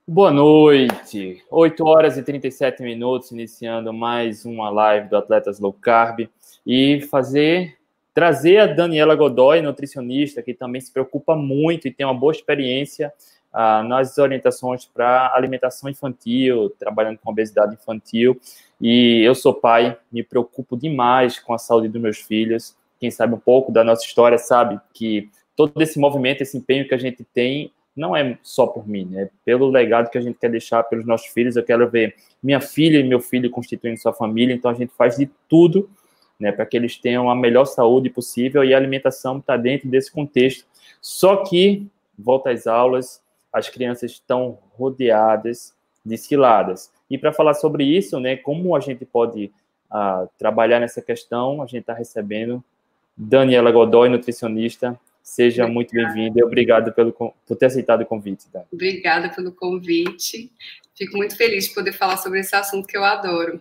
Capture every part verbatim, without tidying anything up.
Boa noite, oito horas e trinta e sete minutos, iniciando mais uma live do Atletas Low Carb e fazer, trazer a Daniela Godoy, nutricionista, que também se preocupa muito e tem uma boa experiência ah, nas orientações para alimentação infantil, trabalhando com obesidade infantil. E eu sou pai, me preocupo demais com a saúde dos meus filhos. Quem sabe um pouco da nossa história sabe que todo esse movimento, esse empenho que a gente tem, não é só por mim, né? Pelo legado que a gente quer deixar pelos nossos filhos. Eu quero ver minha filha e meu filho constituindo sua família, então a gente faz de tudo, né, para que eles tenham a melhor saúde possível, e a alimentação está dentro desse contexto. Só que, volta às aulas, as crianças estão rodeadas de ciladas. E para falar sobre isso, né, como a gente pode uh, trabalhar nessa questão, a gente está recebendo Daniela Godoy, nutricionista. Seja muito bem-vinda e obrigado pelo, por ter aceitado o convite. Tá? Obrigada pelo convite. Fico muito feliz de poder falar sobre esse assunto que eu adoro.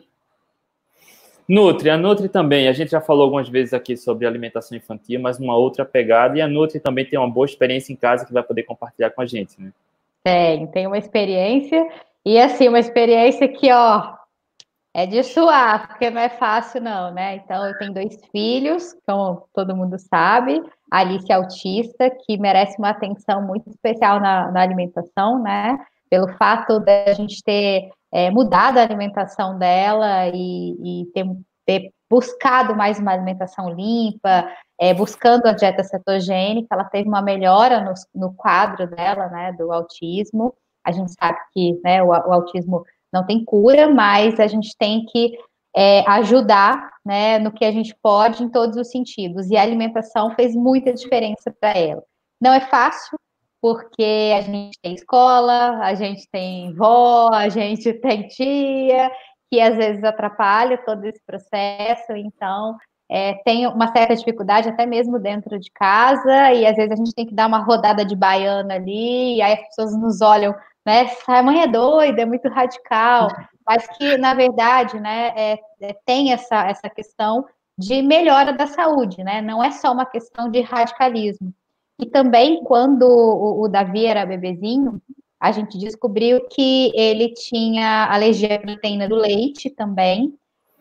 Nutri, a Nutri também, a gente já falou algumas vezes aqui sobre alimentação infantil, mas uma outra pegada, e a Nutri também tem uma boa experiência em casa que vai poder compartilhar com a gente, né? Tem, tem uma experiência, e assim, uma experiência que, ó, é de suar, porque não é fácil não, né? Então, eu tenho dois filhos, como todo mundo sabe, a Alice é autista, que merece uma atenção muito especial na, na alimentação, né? Pelo fato de a gente ter é, mudado a alimentação dela e, e ter, ter buscado mais uma alimentação limpa, é, buscando a dieta cetogênica, ela teve uma melhora no, no quadro dela, né, do autismo. A gente sabe que, né, o, o autismo não tem cura, mas a gente tem que é, ajudar, né, no que a gente pode em todos os sentidos. E a alimentação fez muita diferença para ela. Não é fácil, porque a gente tem escola, a gente tem vó, a gente tem tia, que às vezes atrapalha todo esse processo. Então, é, tem uma certa dificuldade até mesmo dentro de casa, e às vezes a gente tem que dar uma rodada de baiana ali, e aí as pessoas nos olham, né, a mãe é doida, é muito radical, mas que, na verdade, né, é, é, tem essa, essa questão de melhora da saúde, né, não é só uma questão de radicalismo. E também, quando o, o Davi era bebezinho, a gente descobriu que ele tinha alergia à proteína do leite também,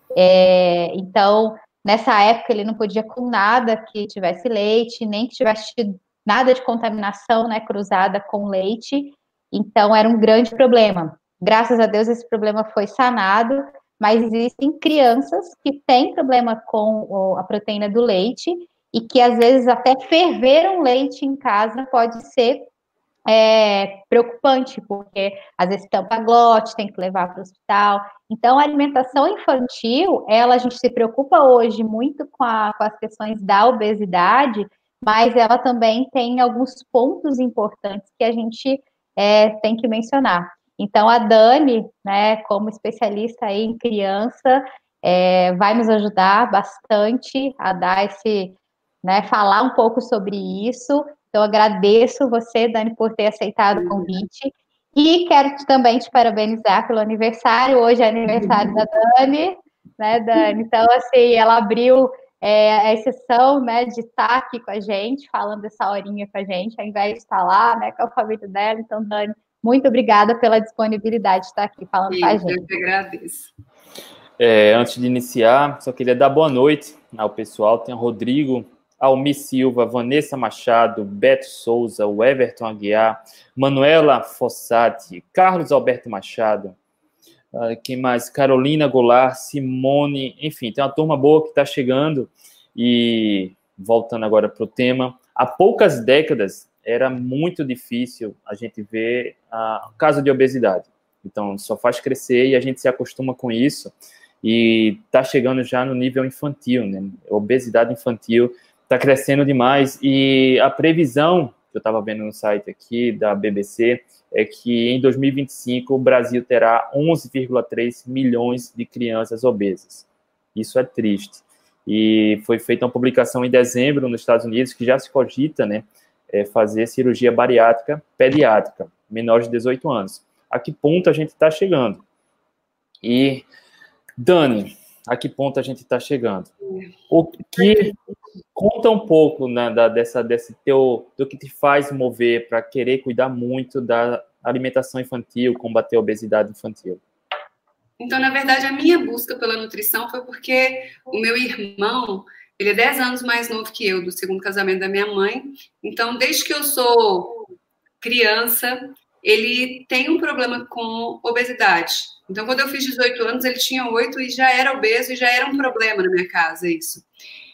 é, então, nessa época, ele não podia com nada que tivesse leite, nem que tivesse tido nada de contaminação, né, cruzada com leite. Então, era um grande problema. Graças a Deus, esse problema foi sanado, mas existem crianças que têm problema com a proteína do leite e que, às vezes, até ferver um leite em casa pode ser é, preocupante, porque, às vezes, tampa glote, tem que levar para o hospital. Então, a alimentação infantil, ela, a gente se preocupa hoje muito com, a, com as questões da obesidade, mas ela também tem alguns pontos importantes que a gente é, tem que mencionar. Então, a Dani, né, como especialista aí em criança, é, vai nos ajudar bastante a dar esse, né, falar um pouco sobre isso. Então, agradeço você, Dani, por ter aceitado o convite. E quero também te parabenizar pelo aniversário. Hoje é aniversário da Dani, né, Dani? Então, assim, ela abriu é, a exceção, né, de estar aqui com a gente, falando essa horinha com a gente, ao invés de estar lá, né, com a família dela. Então, Dani, muito obrigada pela disponibilidade de estar aqui falando com a gente. Eu que agradeço. É, antes de iniciar, só queria dar boa noite ao pessoal. Tem o Rodrigo, Almi Silva, Vanessa Machado, Beto Souza, o Everton Aguiar, Manuela Fossati, Carlos Alberto Machado, uh, quem mais? Carolina Goulart, Simone, enfim, tem uma turma boa que está chegando. E voltando agora para o tema, há poucas décadas era muito difícil a gente ver uh, caso de obesidade. Então, só faz crescer e a gente se acostuma com isso. E está chegando já no nível infantil, né? Obesidade infantil está crescendo demais, e a previsão que eu estava vendo no site aqui da B B C é que em dois mil e vinte e cinco o Brasil terá onze vírgula três milhões de crianças obesas. Isso é triste. E foi feita uma publicação em dezembro nos Estados Unidos que já se cogita, né, é, fazer cirurgia bariátrica pediátrica, menores de dezoito anos. A que ponto a gente está chegando? E, Dani, a que ponto a gente está chegando? O que conta um pouco, né, da, dessa, desse teu, do que te faz mover para querer cuidar muito da alimentação infantil, combater a obesidade infantil? Então, na verdade, a minha busca pela nutrição foi porque o meu irmão, ele é dez anos mais novo que eu, do segundo casamento da minha mãe. Então, desde que eu sou criança, ele tem um problema com obesidade. Então, quando eu fiz dezoito anos, ele tinha oito e já era obeso e já era um problema na minha casa isso.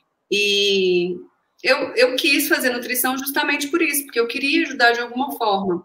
E eu, eu quis fazer nutrição justamente por isso, porque eu queria ajudar de alguma forma.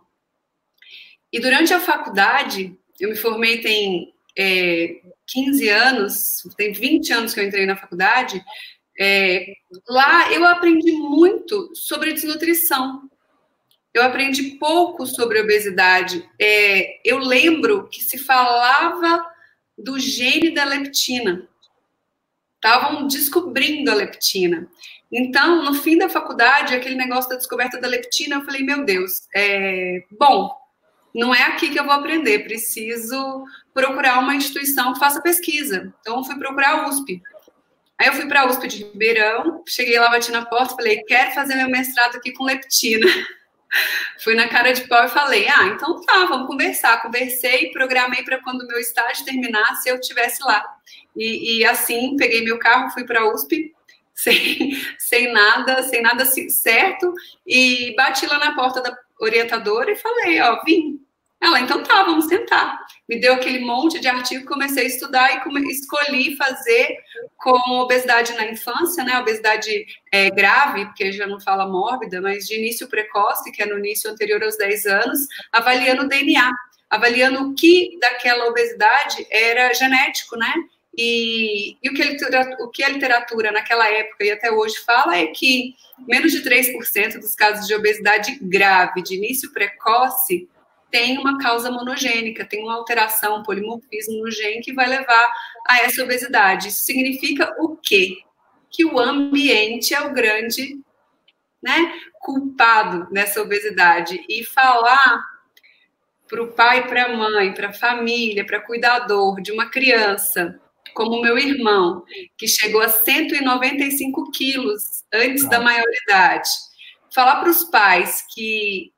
E durante a faculdade, eu me formei tem é, quinze anos, tem vinte anos que eu entrei na faculdade, é, lá eu aprendi muito sobre desnutrição. Eu aprendi pouco sobre obesidade. É, eu lembro que se falava do gene da leptina. Estavam descobrindo a leptina. Então, no fim da faculdade, aquele negócio da descoberta da leptina, eu falei, meu Deus, é, bom, não é aqui que eu vou aprender, preciso procurar uma instituição que faça pesquisa. Então, eu fui procurar a U S P. Aí eu fui para a U S P de Ribeirão, cheguei lá, bati na porta, falei, quero fazer meu mestrado aqui com leptina. Fui na cara de pau e falei, ah, então tá, vamos conversar. Conversei, programei para quando o meu estágio terminasse, eu estivesse lá. E, e assim, peguei meu carro, fui para a U S P, sem, sem nada, sem nada certo, e bati lá na porta da orientadora e falei, ó, vim. Ela, então tá, vamos sentar. Me deu aquele monte de artigo, comecei a estudar e come... escolhi fazer com obesidade na infância, né? Obesidade é, grave, porque já não fala mórbida, mas de início precoce, que é no início anterior aos dez anos, avaliando o D N A, avaliando o que daquela obesidade era genético, né? E, e o, que a literatura, o que a literatura naquela época e até hoje fala é que menos de três por cento dos casos de obesidade grave, de início precoce, tem uma causa monogênica, tem uma alteração, um polimorfismo no gene que vai levar a essa obesidade. Isso significa o quê? Que o ambiente é o grande, né, culpado nessa obesidade. E falar para o pai, para a mãe, para a família, para cuidador de uma criança, como o meu irmão, que chegou a cento e noventa e cinco quilos antes da maioridade, falar para os pais que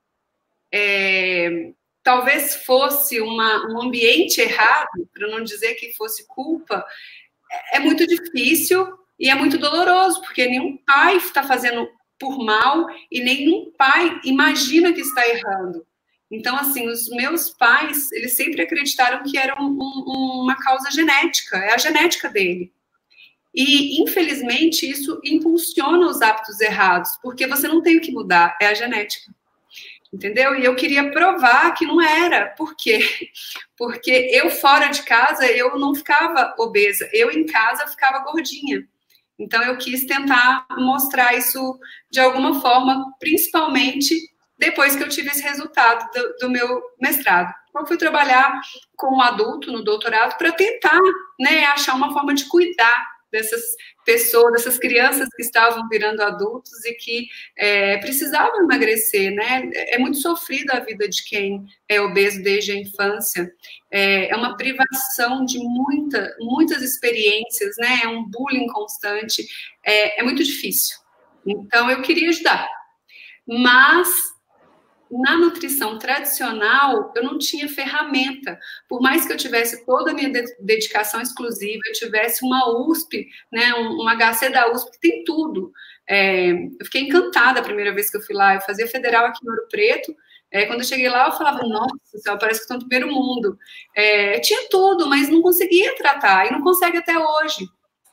é, talvez fosse uma, um ambiente errado, para não dizer que fosse culpa, é muito difícil e é muito doloroso, porque nenhum pai está fazendo por mal e nenhum pai imagina que está errando. Então, assim, os meus pais, eles sempre acreditaram que era um, um, uma causa genética, é a genética dele. E, infelizmente, isso impulsiona os hábitos errados, porque você não tem o que mudar, é a genética. Entendeu? E eu queria provar que não era. Por quê? Porque eu fora de casa, eu não ficava obesa. Eu em casa ficava gordinha. Então, eu quis tentar mostrar isso de alguma forma, principalmente depois que eu tive esse resultado do, do meu mestrado. Então, eu fui trabalhar com um adulto no doutorado para tentar, né, achar uma forma de cuidar dessas pessoas, dessas crianças que estavam virando adultos e que é, precisavam emagrecer, né? É muito sofrido a vida de quem é obeso desde a infância. É, é uma privação de muita, muitas experiências, né? É um bullying constante. É, é muito difícil. Então, eu queria ajudar. Mas na nutrição tradicional, eu não tinha ferramenta. Por mais que eu tivesse toda a minha dedicação exclusiva, eu tivesse uma U S P, né, um, um H C da U S P, que tem tudo. É, eu fiquei encantada a primeira vez que eu fui lá. Eu fazia federal aqui em Ouro Preto. É, quando eu cheguei lá, eu falava, nossa, céu, parece que estou no primeiro mundo. É, tinha tudo, mas não conseguia tratar, e não consegue até hoje.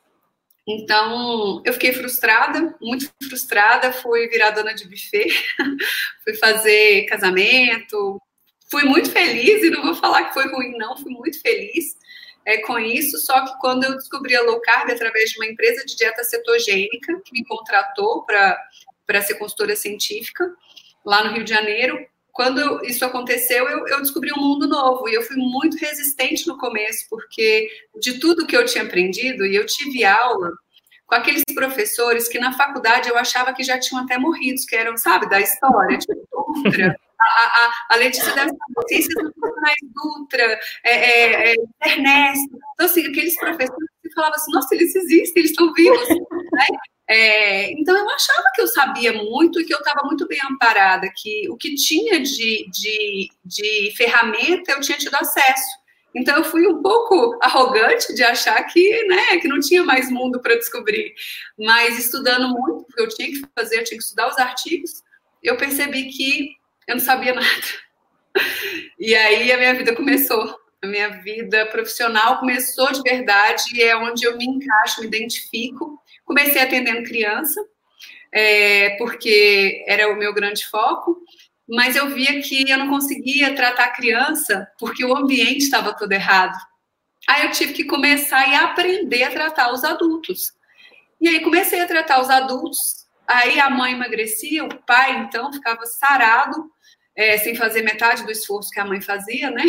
Então, eu fiquei frustrada, muito frustrada, fui virar dona de buffet, fui fazer casamento, fui muito feliz, e não vou falar que foi ruim, não, fui muito feliz é, com isso, só que quando eu descobri a low carb através de uma empresa de dieta cetogênica, que me contratou para ser consultora científica, lá no Rio de Janeiro, quando isso aconteceu, eu, eu descobri um mundo novo, e eu fui muito resistente no começo, porque de tudo que eu tinha aprendido, e eu tive aula com aqueles professores que na faculdade eu achava que já tinham até morrido, que eram, sabe, da história, tipo, Dutra, a, a, a Letícia deve saber, ciências nutricionais Dutra, é, é, é, Ernesto, então assim, aqueles professores que falavam assim, nossa, eles existem, eles estão vivos, né? É, então, eu achava que eu sabia muito e que eu estava muito bem amparada, que o que tinha de, de, de ferramenta eu tinha tido acesso. Então, eu fui um pouco arrogante de achar que, né, que não tinha mais mundo para descobrir. Mas, estudando muito, porque eu tinha que fazer, eu tinha que estudar os artigos, eu percebi que eu não sabia nada. E aí, a minha vida começou. A minha vida profissional começou de verdade e é onde eu me encaixo, me identifico. Comecei atendendo criança, é, porque era o meu grande foco, mas eu via que eu não conseguia tratar criança porque o ambiente estava todo errado. Aí eu tive que começar e aprender a tratar os adultos. E aí comecei a tratar os adultos, aí a mãe emagrecia, o pai, então, ficava sarado, é, sem fazer metade do esforço que a mãe fazia, né?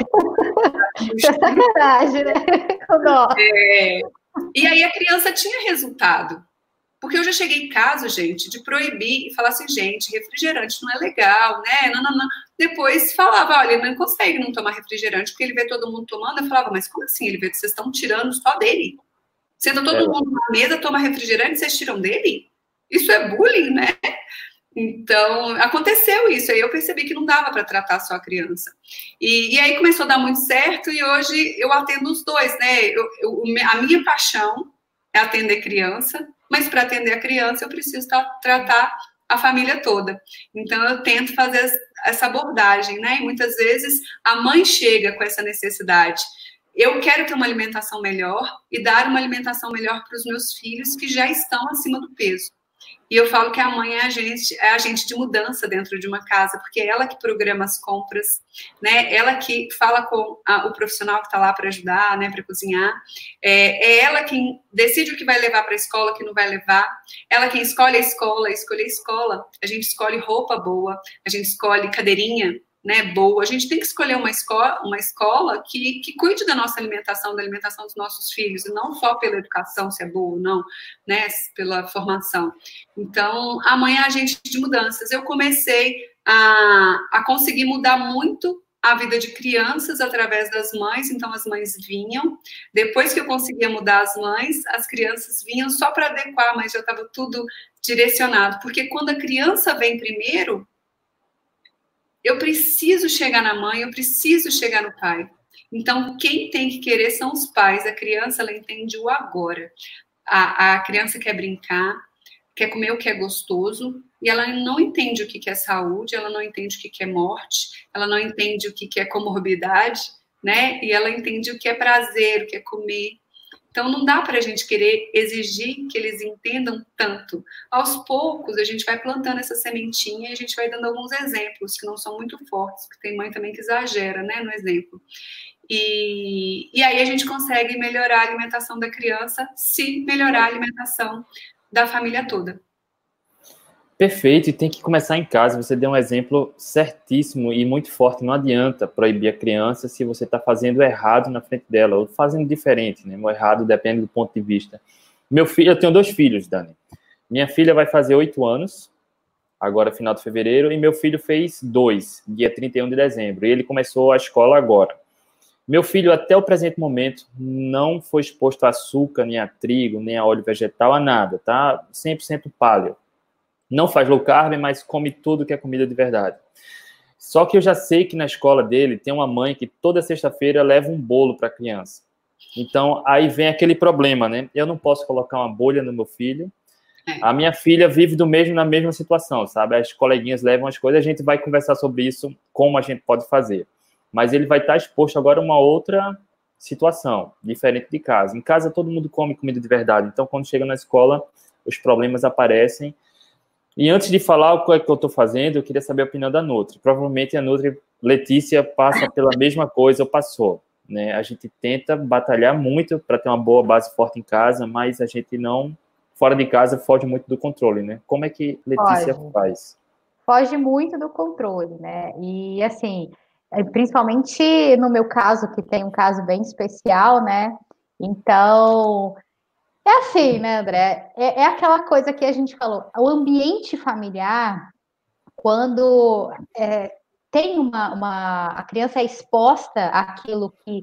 É verdade, né? É, e aí a criança tinha resultado. Porque eu já cheguei em casa, gente, de proibir e falar assim, gente, refrigerante não é legal, né? Não, não, não. Depois falava, olha, ele não consegue não tomar refrigerante porque ele vê todo mundo tomando. Eu falava, mas como assim? Ele vê que vocês estão tirando só dele. Sendo todo é. mundo na mesa, toma refrigerante, vocês tiram dele? Isso é bullying, né? Então, aconteceu isso. Aí eu percebi que não dava para tratar só a criança. E, e aí começou a dar muito certo e hoje eu atendo os dois, né? Eu, eu, a minha paixão é atender criança, mas para atender a criança eu preciso tratar a família toda. Então, eu tento fazer essa abordagem, né? E muitas vezes a mãe chega com essa necessidade. Eu quero ter uma alimentação melhor e dar uma alimentação melhor para os meus filhos que já estão acima do peso. E eu falo que a mãe é agente, é agente de mudança dentro de uma casa, porque é ela que programa as compras, né? Ela que fala com a, o profissional que está lá para ajudar, né? Para cozinhar. É, é ela quem decide o que vai levar para a escola, o que não vai levar. Ela quem escolhe a escola, escolhe a escola. A gente escolhe roupa boa, a gente escolhe cadeirinha, né, boa. A gente tem que escolher uma escola, uma escola que, que cuide da nossa alimentação, da alimentação dos nossos filhos, e não só pela educação, se é boa ou não, né, pela formação. Então, a mãe é agente de mudanças. Eu comecei a, a conseguir mudar muito a vida de crianças através das mães, então as mães vinham. Depois que eu conseguia mudar as mães, as crianças vinham só para adequar, mas já estava tudo direcionado. Porque quando a criança vem primeiro, eu preciso chegar na mãe, eu preciso chegar no pai. Então, quem tem que querer são os pais. A criança, ela entende o agora. A, a criança quer brincar, quer comer o que é gostoso, e ela não entende o que é saúde, ela não entende o que é morte, ela não entende o que é comorbidade, né? E ela entende o que é prazer, o que é comer. Então, não dá para a gente querer exigir que eles entendam tanto. Aos poucos, a gente vai plantando essa sementinha e a gente vai dando alguns exemplos que não são muito fortes, porque tem mãe também que exagera, né, no exemplo. E, e aí a gente consegue melhorar a alimentação da criança, se melhorar a alimentação da família toda. Perfeito, e tem que começar em casa. Você deu um exemplo certíssimo e muito forte. Não adianta proibir a criança se você está fazendo errado na frente dela, ou fazendo diferente, né? O errado depende do ponto de vista. Meu filho, eu tenho dois filhos, Dani. Minha filha vai fazer oito anos, agora final de fevereiro, e meu filho fez dois, dia trinta e um de dezembro, e ele começou a escola agora. Meu filho, até o presente momento, não foi exposto a açúcar, nem a trigo, nem a óleo vegetal, a nada, tá? cem por cento paleo. Não faz low carb, mas come tudo que é comida de verdade. Só que eu já sei que na escola dele tem uma mãe que toda sexta-feira leva um bolo para a criança. Então, aí vem aquele problema, né? Eu não posso colocar uma bolha no meu filho. A minha filha vive do mesmo na mesma situação, sabe? As coleguinhas levam as coisas, a gente vai conversar sobre isso, como a gente pode fazer. Mas ele vai estar exposto agora a uma outra situação, diferente de casa. Em casa, todo mundo come comida de verdade. Então, quando chega na escola, os problemas aparecem. E antes de falar o que é que eu estou fazendo, eu queria saber a opinião da Nutri. Provavelmente a Nutri Letícia passa pela mesma coisa ou passou, né? A gente tenta batalhar muito para ter uma boa base forte em casa, mas a gente não, fora de casa, foge muito do controle, né? Como é que Letícia Foge. faz? Foge muito do controle, né? E, assim, principalmente no meu caso, que tem um caso bem especial, né? Então... É assim, né, André? É, é aquela coisa que a gente falou. O ambiente familiar, quando é, tem uma, uma... A criança é exposta àquilo que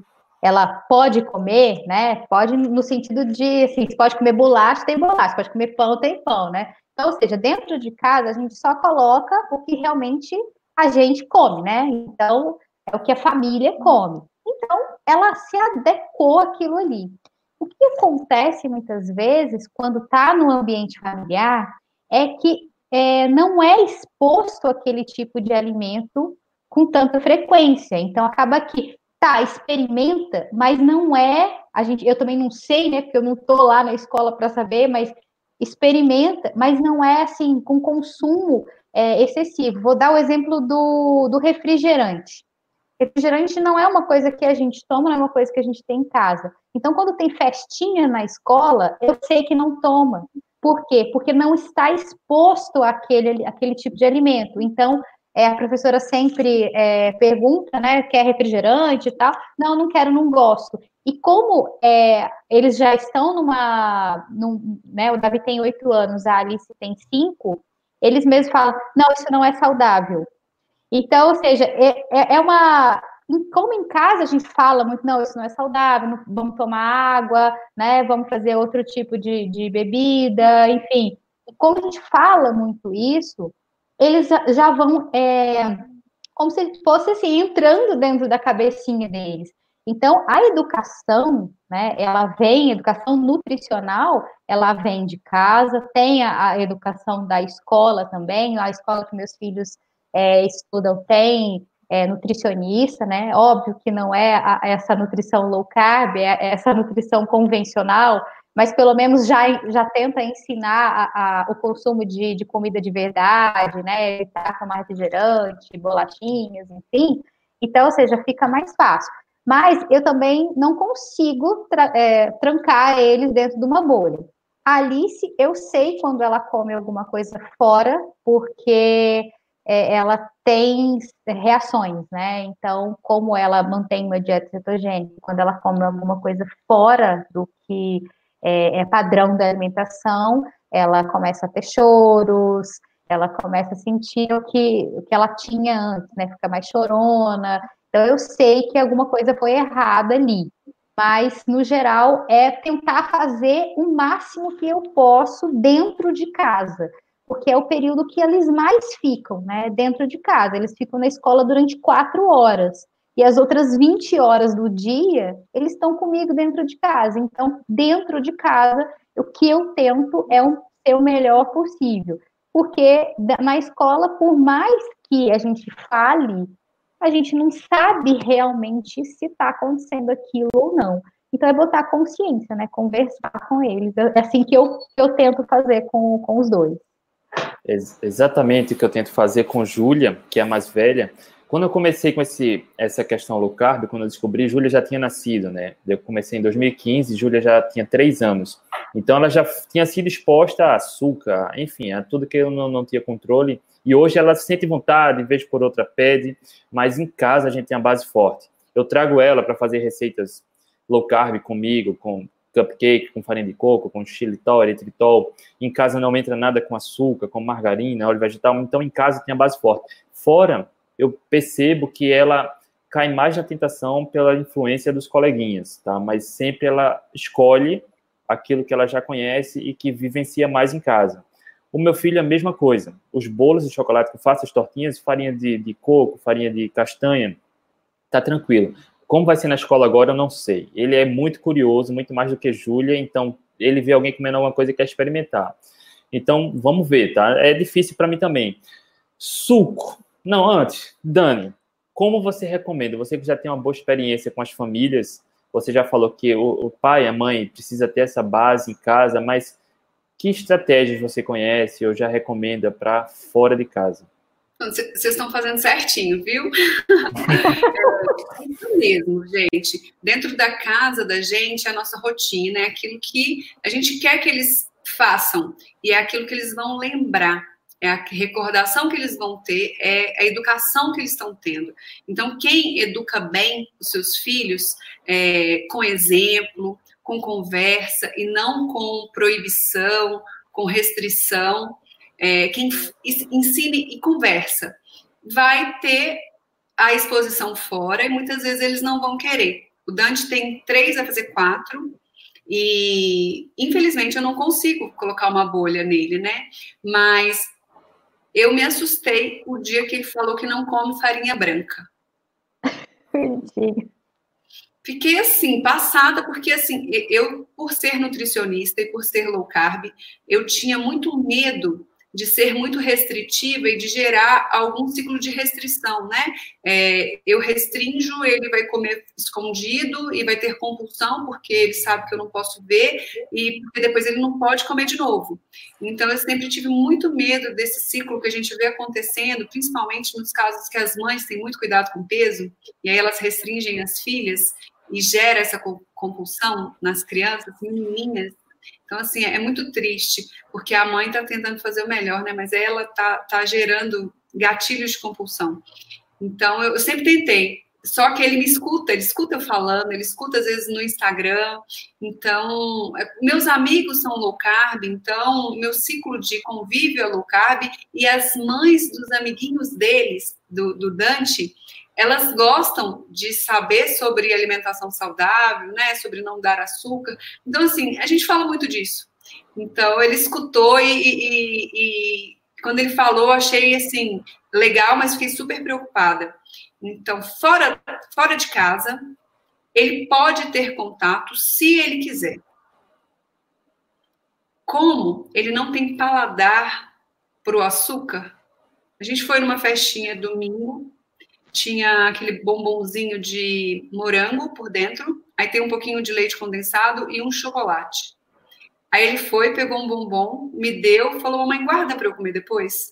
ela pode comer, né? Pode no sentido de, assim, você pode comer bolacha, tem bolacha, pode comer pão, tem pão, né? Então, ou seja, dentro de casa, a gente só coloca o que realmente a gente come, né? Então, é o que a família come. Então, ela se adequou àquilo ali. O que acontece muitas vezes, quando está no ambiente familiar, é que é, não é exposto aquele tipo de alimento com tanta frequência. Então, acaba que tá, experimenta, mas não é, a gente, eu também não sei, né, porque eu não estou lá na escola para saber, mas experimenta, mas não é assim, com consumo é, excessivo. Vou dar o exemplo do, do refrigerante. Refrigerante não é uma coisa que a gente toma, não é uma coisa que a gente tem em casa. Então, quando tem festinha na escola, eu sei que não toma. Por quê? Porque não está exposto àquele, àquele tipo de alimento. Então, é, a professora sempre é, pergunta, né, quer refrigerante e tal? Não, não quero, não gosto. E como é, eles já estão numa... Num, né, o Davi tem oito anos, a Alice tem cinco, eles mesmos falam, não, isso não é saudável. Então, ou seja, é, é uma... Como em casa a gente fala muito, não, isso não é saudável, não, vamos tomar água, né, vamos fazer outro tipo de, de bebida, enfim. E como a gente fala muito isso, eles já vão, é, como se fosse assim, entrando dentro da cabecinha deles. Então, a educação, né, ela vem, educação nutricional, ela vem de casa, tem a, a educação da escola também, a escola que meus filhos é, estudam tem é, nutricionista, né? Óbvio que não é a, essa nutrição low carb, é essa nutrição convencional, mas pelo menos já, já tenta ensinar a, a, o consumo de, de comida de verdade, né? Evitar tomar refrigerante, bolachinhas, enfim. Então, ou seja, fica mais fácil. Mas eu também não consigo tra é, trancar eles dentro de uma bolha. A Alice, eu sei quando ela come alguma coisa fora, porque é, ela tem reações, né? Então, como ela mantém uma dieta cetogênica, quando ela come alguma coisa fora do que é, é padrão da alimentação, ela começa a ter choros, ela começa a sentir o que, o que ela tinha antes, né? Fica mais chorona. Então, eu sei que alguma coisa foi errada ali. Mas, no geral, é tentar fazer o máximo que eu posso dentro de casa, porque é o período que eles mais ficam, né, dentro de casa. Eles ficam na escola durante quatro horas. E as outras vinte horas do dia, eles estão comigo dentro de casa. Então, dentro de casa, o que eu tento é um, ser o melhor possível. Porque na escola, por mais que a gente fale, a gente não sabe realmente se está acontecendo aquilo ou não. Então, é botar consciência, né? Conversar com eles. É assim que eu, que eu tento fazer com, com os dois. Ex exatamente o que eu tento fazer com Júlia, que é a mais velha. Quando eu comecei com esse, essa questão low carb, quando eu descobri, Júlia já tinha nascido, né? Eu comecei em dois mil e quinze, Júlia já tinha três anos. Então, ela já tinha sido exposta a açúcar, enfim, a tudo que eu não, não tinha controle. E hoje ela sente vontade, em vez por outra pede, mas em casa a gente tem a base forte. Eu trago ela para fazer receitas low carb comigo, com cupcake, com farinha de coco, com xilitol, eritritol. Em casa não entra nada com açúcar, com margarina, óleo vegetal. Então, em casa tem a base forte. Fora, eu percebo que ela cai mais na tentação pela influência dos coleguinhas, tá? Mas sempre ela escolhe aquilo que ela já conhece e que vivencia mais em casa. O meu filho é a mesma coisa. Os bolos de chocolate que eu faço, as tortinhas, farinha de, de coco, farinha de castanha, tá tranquilo. Como vai ser na escola agora, eu não sei. Ele é muito curioso, muito mais do que Júlia, então ele vê alguém comendo alguma coisa e quer experimentar. Então, vamos ver, tá? É difícil para mim também. Suco. Não, antes, Dani, como você recomenda? Você que já tem uma boa experiência com as famílias, você já falou que o, o pai, a mãe, precisa ter essa base em casa, mas que estratégias você conhece ou já recomenda para fora de casa? Vocês estão fazendo certinho, viu? É isso mesmo, gente. Dentro da casa da gente, a nossa rotina é aquilo que a gente quer que eles façam e é aquilo que eles vão lembrar. É a recordação que eles vão ter, é a educação que eles estão tendo. Então, quem educa bem os seus filhos, é, com exemplo, com conversa e não com proibição, com restrição, é, quem ensine e conversa, vai ter a exposição fora e muitas vezes eles não vão querer. O Dante tem três, vai fazer quatro, e infelizmente eu não consigo colocar uma bolha nele, né? Mas eu me assustei o dia que ele falou que não come farinha branca. Fiquei assim, passada, porque assim, eu, por ser nutricionista e por ser low carb, eu tinha muito medo de ser muito restritiva e de gerar algum ciclo de restrição, né? É, eu restrinjo, ele vai comer escondido e vai ter compulsão, porque ele sabe que eu não posso ver, e porque depois ele não pode comer de novo. Então, eu sempre tive muito medo desse ciclo que a gente vê acontecendo, principalmente nos casos que as mães têm muito cuidado com o peso, e aí elas restringem as filhas, e gera essa compulsão nas crianças, menininhas. Então, assim, é muito triste, porque a mãe está tentando fazer o melhor, né? Mas ela está tá gerando gatilhos de compulsão. Então, eu, eu sempre tentei. Só que ele me escuta, ele escuta eu falando, ele escuta, às vezes, no Instagram. Então, meus amigos são low carb, então, meu ciclo de convívio é low carb, e as mães dos amiguinhos deles, do, do Dante, elas gostam de saber sobre alimentação saudável, né, sobre não dar açúcar. Então, assim, a gente fala muito disso. Então, ele escutou e, e, e quando ele falou, achei, assim, legal, mas fiquei super preocupada. Então, fora, fora de casa, ele pode ter contato se ele quiser. Como ele não tem paladar para o açúcar, a gente foi numa festinha domingo, tinha aquele bombonzinho de morango por dentro, aí tem um pouquinho de leite condensado e um chocolate. Aí ele foi, pegou um bombom, me deu, falou, mamãe, guarda para eu comer depois.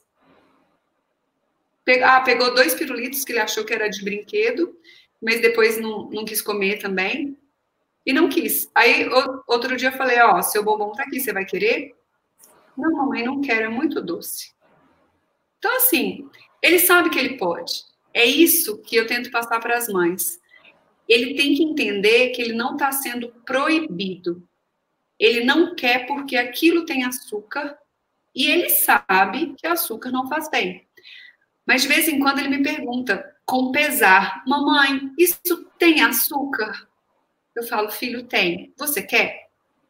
Ah, pegou dois pirulitos que ele achou que era de brinquedo, mas depois não, não quis comer também, e não quis. Aí, outro dia eu falei, ó, seu bombom tá aqui, você vai querer? Não, mamãe, não quero, é muito doce. Então, assim, ele sabe que ele pode. É isso que eu tento passar para as mães. Ele tem que entender que ele não está sendo proibido. Ele não quer porque aquilo tem açúcar e ele sabe que açúcar não faz bem. Mas de vez em quando ele me pergunta, com pesar, mamãe, isso tem açúcar? Eu falo, filho, tem. Você quer?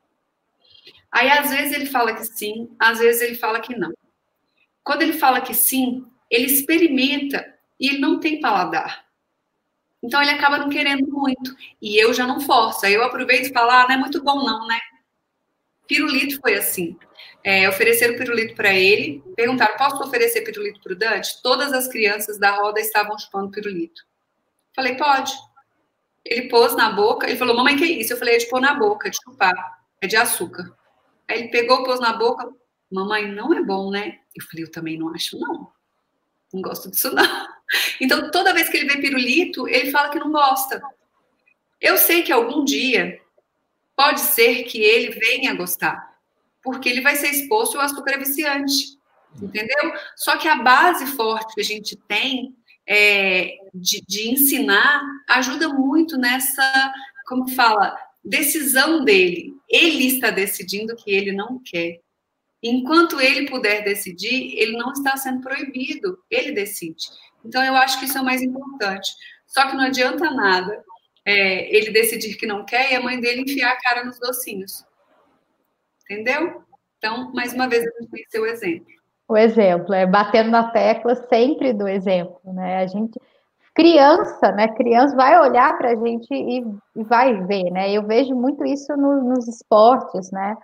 Aí às vezes ele fala que sim, às vezes ele fala que não. Quando ele fala que sim, ele experimenta e ele não tem paladar. Então, ele acaba não querendo muito. E eu já não forço. Aí eu aproveito e falo, ah, não é muito bom não, né? Pirulito foi assim. É, ofereceram pirulito para ele. Perguntaram, posso oferecer pirulito para o Dante? Todas as crianças da roda estavam chupando pirulito. Falei, pode. Ele pôs na boca. Ele falou, mamãe, que é isso? Eu falei, é de pôr na boca, é de chupar. É de açúcar. Aí ele pegou, pôs na boca. Mamãe, não é bom, né? Eu falei, eu também não acho, não. Não gosto disso, não. Então, toda vez que ele vê pirulito, ele fala que não gosta. Eu sei que algum dia pode ser que ele venha a gostar, porque ele vai ser exposto ao açúcar viciante, entendeu? Só que a base forte que a gente tem é, de, de ensinar ajuda muito nessa, como fala, decisão dele. Ele está decidindo que ele não quer. Enquanto ele puder decidir, ele não está sendo proibido, ele decide. Então, eu acho que isso é o mais importante. Só que não adianta nada é, ele decidir que não quer e a mãe dele enfiar a cara nos docinhos. Entendeu? Então, mais uma vez, a gente tem que ser o exemplo. O exemplo, é batendo na tecla sempre do exemplo, né? A gente, criança, né? Criança vai olhar para a gente e, e vai ver, né? Eu vejo muito isso no, nos esportes, né?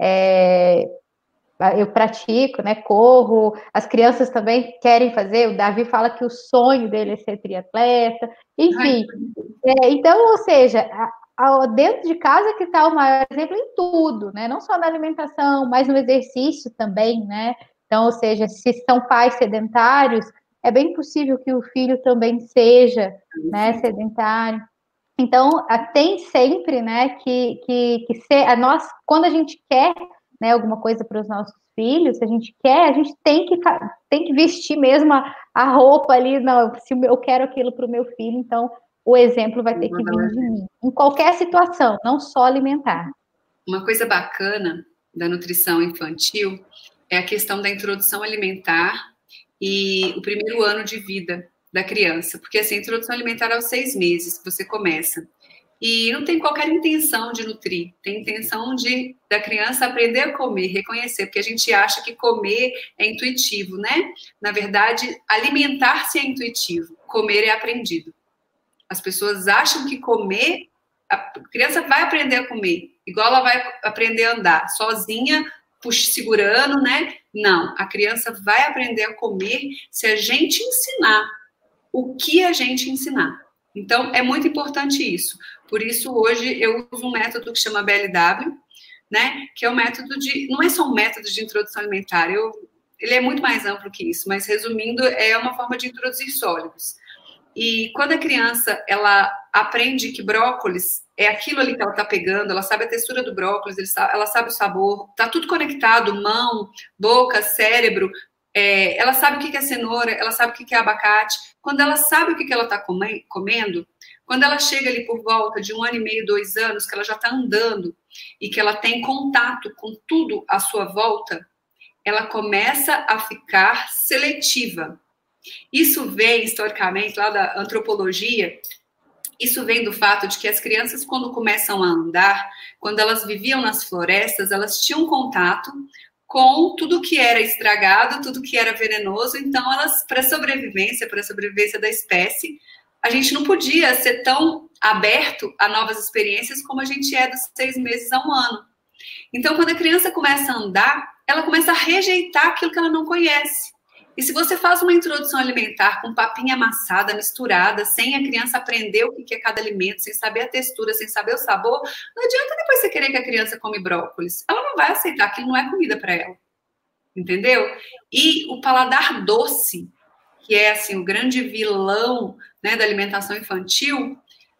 É, eu pratico, né, corro, as crianças também querem fazer, o Davi fala que o sonho dele é ser triatleta, enfim. É, então, ou seja, a, a, dentro de casa que está o maior exemplo em tudo, né, não só na alimentação, mas no exercício também, né, então, ou seja, se são pais sedentários, é bem possível que o filho também seja, né, sedentário. Então, tem sempre, né, que, que, que ser, a nós, quando a gente quer, né, alguma coisa para os nossos filhos, se a gente quer, a gente tem que, tem que vestir mesmo a, a roupa ali, não, se eu quero aquilo para o meu filho, então o exemplo vai ter que vir de mim, em qualquer situação, não só alimentar. Uma coisa bacana da nutrição infantil é a questão da introdução alimentar e o primeiro ano de vida da criança, porque assim, a introdução alimentar é aos seis meses que você começa. E não tem qualquer intenção de nutrir, tem intenção de da criança aprender a comer, reconhecer, porque a gente acha que comer é intuitivo, né? Na verdade, alimentar-se é intuitivo, comer é aprendido. As pessoas acham que comer, a criança vai aprender a comer, igual ela vai aprender a andar, sozinha, puxa, segurando, né? Não, a criança vai aprender a comer se a gente ensinar o que a gente ensinar. Então, é muito importante isso. Por isso, hoje, eu uso um método que chama B L W, né? Que é um método de... Não é só um método de introdução alimentar, eu, ele é muito mais amplo que isso, mas, resumindo, é uma forma de introduzir sólidos. E quando a criança, ela aprende que brócolis é aquilo ali que ela está pegando, ela sabe a textura do brócolis, ela sabe o sabor, está tudo conectado, mão, boca, cérebro, é, ela sabe o que é cenoura, ela sabe o que é abacate. Quando ela sabe o que ela está comendo, quando ela chega ali por volta de um ano e meio, dois anos, que ela já está andando e que ela tem contato com tudo à sua volta, ela começa a ficar seletiva. Isso vem, historicamente, lá da antropologia, isso vem do fato de que as crianças, quando começam a andar, quando elas viviam nas florestas, elas tinham contato com tudo que era estragado, tudo que era venenoso. Então, elas, para a sobrevivência, para a sobrevivência da espécie, a gente não podia ser tão aberto a novas experiências como a gente é dos seis meses a um ano. Então, quando a criança começa a andar, ela começa a rejeitar aquilo que ela não conhece. E se você faz uma introdução alimentar com papinha amassada, misturada, sem a criança aprender o que é cada alimento, sem saber a textura, sem saber o sabor, não adianta depois você querer que a criança come brócolis. Ela não vai aceitar, aquilo não é comida para ela. Entendeu? E o paladar doce, que é assim o grande vilão, né, da alimentação infantil,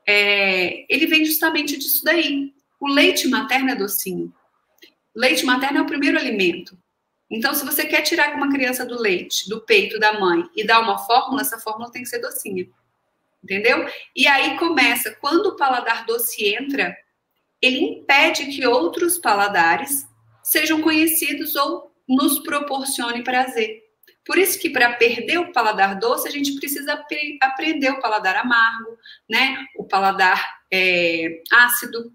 é, ele vem justamente disso daí. O leite materno é docinho. O leite materno é o primeiro alimento. Então, se você quer tirar uma criança do leite, do peito da mãe, e dar uma fórmula, essa fórmula tem que ser docinha. Entendeu? E aí começa, quando o paladar doce entra, ele impede que outros paladares sejam conhecidos ou nos proporcione prazer. Por isso que, para perder o paladar doce, a gente precisa ap- aprender o paladar amargo, né? O paladar é, ácido.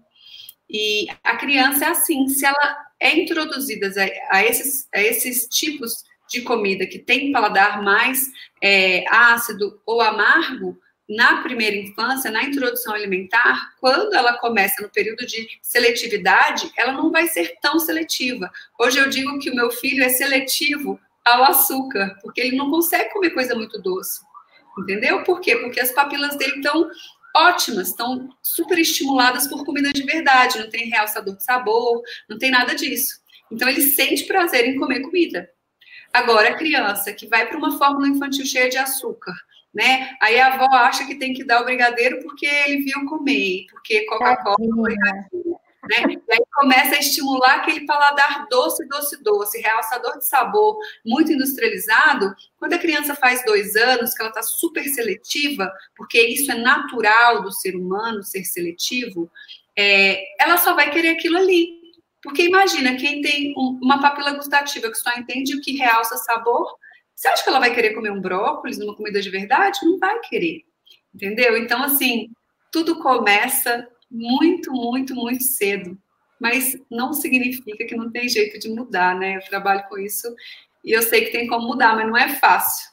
E a criança é assim, se ela é introduzida a, a, esses, a esses tipos de comida que tem paladar mais é, ácido ou amargo, na primeira infância, na introdução alimentar, quando ela começa no período de seletividade, ela não vai ser tão seletiva. Hoje eu digo que o meu filho é seletivo ao açúcar, porque ele não consegue comer coisa muito doce. Entendeu? Por quê? Porque as papilas dele estão ótimas, estão super estimuladas por comida de verdade, não tem realçador de sabor, não tem nada disso. Então, ele sente prazer em comer comida. Agora, a criança que vai para uma fórmula infantil cheia de açúcar, né? Aí a avó acha que tem que dar o brigadeiro porque ele viu comer, porque Coca-Cola foi radinho, né? E aí começa a estimular aquele paladar doce, doce, doce, realçador de sabor, muito industrializado. Quando a criança faz dois anos, que ela está super seletiva, porque isso é natural do ser humano, ser seletivo, é, ela só vai querer aquilo ali. Porque imagina, quem tem um, uma papila gustativa que só entende o que realça sabor, você acha que ela vai querer comer um brócolis numa comida de verdade? Não vai querer, entendeu? Então, assim, tudo começa muito, muito, muito cedo, mas não significa que não tem jeito de mudar, né? Eu trabalho com isso e eu sei que tem como mudar, mas não é fácil.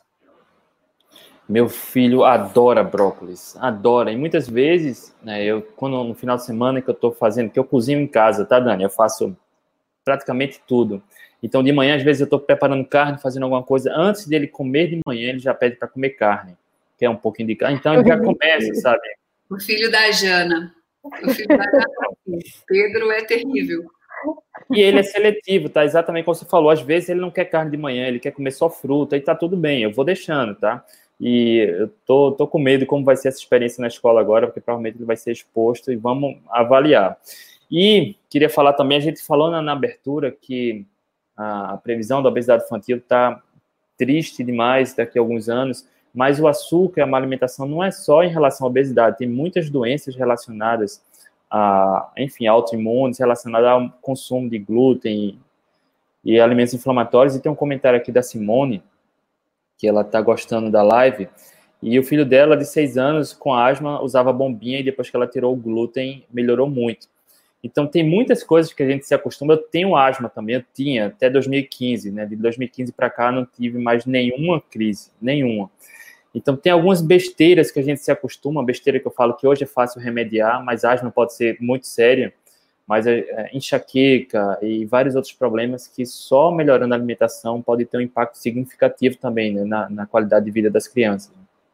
Meu filho adora brócolis, adora. E muitas vezes, né, eu, quando no final de semana que eu tô fazendo, que eu cozinho em casa, tá, Dani? Eu faço praticamente tudo. Então, de manhã, às vezes, eu tô preparando carne, fazendo alguma coisa. Antes dele comer de manhã, ele já pede para comer carne. Quer um pouquinho de carne? Então, ele já começa, sabe? O filho da Jana. O filho da Jana. Pedro é terrível. E ele é seletivo, tá? Exatamente como você falou. Às vezes, ele não quer carne de manhã, ele quer comer só fruta. E tá tudo bem, eu vou deixando, tá? E eu tô, tô com medo de como vai ser essa experiência na escola agora, porque provavelmente ele vai ser exposto e vamos avaliar. E queria falar também, a gente falou na, na abertura que a, a previsão da obesidade infantil está triste demais daqui a alguns anos, mas o açúcar e a má alimentação não é só em relação à obesidade, tem muitas doenças relacionadas a, enfim, autoimunes, relacionadas ao consumo de glúten e, e alimentos inflamatórios. E tem um comentário aqui da Simone, que ela está gostando da live, E o filho dela, de seis anos, com asma, usava bombinha e depois que ela tirou o glúten, melhorou muito. Então, tem muitas coisas que a gente se acostuma. Eu tenho asma também, eu tinha até dois mil e quinze, né? De dois mil e quinze para cá, não tive mais nenhuma crise, nenhuma. Então, tem algumas besteiras que a gente se acostuma, besteira que eu falo que hoje é fácil remediar, mas asma pode ser muito séria, mas é, enxaqueca e vários outros problemas que só melhorando a alimentação pode ter um impacto significativo também, né, na, na qualidade de vida das crianças.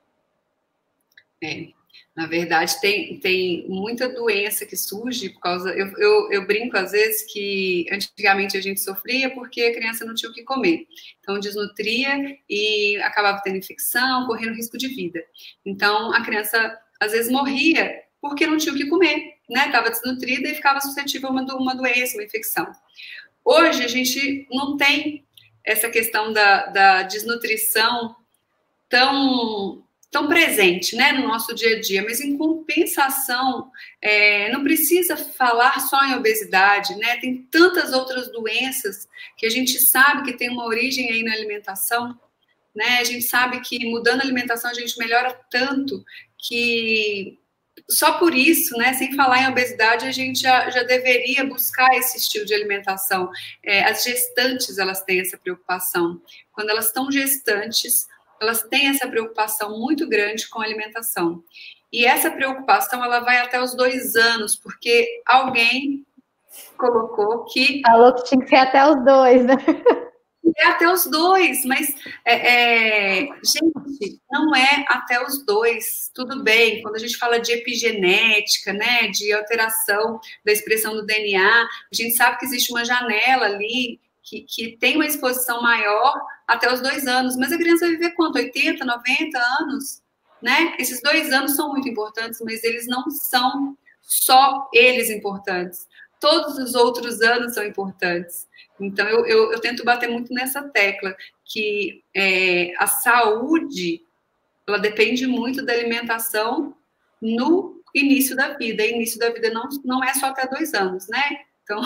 É, na verdade, tem, tem muita doença que surge por causa... Eu, eu, eu brinco, às vezes, que antigamente a gente sofria porque a criança não tinha o que comer. Então, desnutria e acabava tendo infecção, correndo risco de vida. Então, a criança, às vezes, morria porque não tinha o que comer, né? Estava desnutrida e ficava suscetível a uma, uma doença, uma infecção. Hoje, a gente não tem essa questão da, da desnutrição tão... tão presente, né, no nosso dia a dia, mas em compensação, é, não precisa falar só em obesidade, né, tem tantas outras doenças que a gente sabe que tem uma origem aí na alimentação, né, a gente sabe que mudando a alimentação a gente melhora tanto que só por isso, né, sem falar em obesidade, a gente já, já deveria buscar esse estilo de alimentação. É, as gestantes, elas têm essa preocupação. Quando elas estão gestantes, elas têm essa preocupação muito grande com a alimentação. E essa preocupação, ela vai até os dois anos, porque alguém colocou que... Falou que tinha que ser até os dois, né? É até os dois, mas, é, é, gente, não é até os dois. Tudo bem, quando a gente fala de epigenética, né, de alteração da expressão do D N A, a gente sabe que existe uma janela ali Que, que tem uma exposição maior até os dois anos, mas a criança vai viver quanto? oitenta, noventa anos, né? Esses dois anos são muito importantes, mas eles não são só eles importantes. Todos os outros anos são importantes. Então, eu, eu, eu tento bater muito nessa tecla, que é, a saúde, ela depende muito da alimentação no início da vida. E início da vida não, não é só até dois anos, né? Então,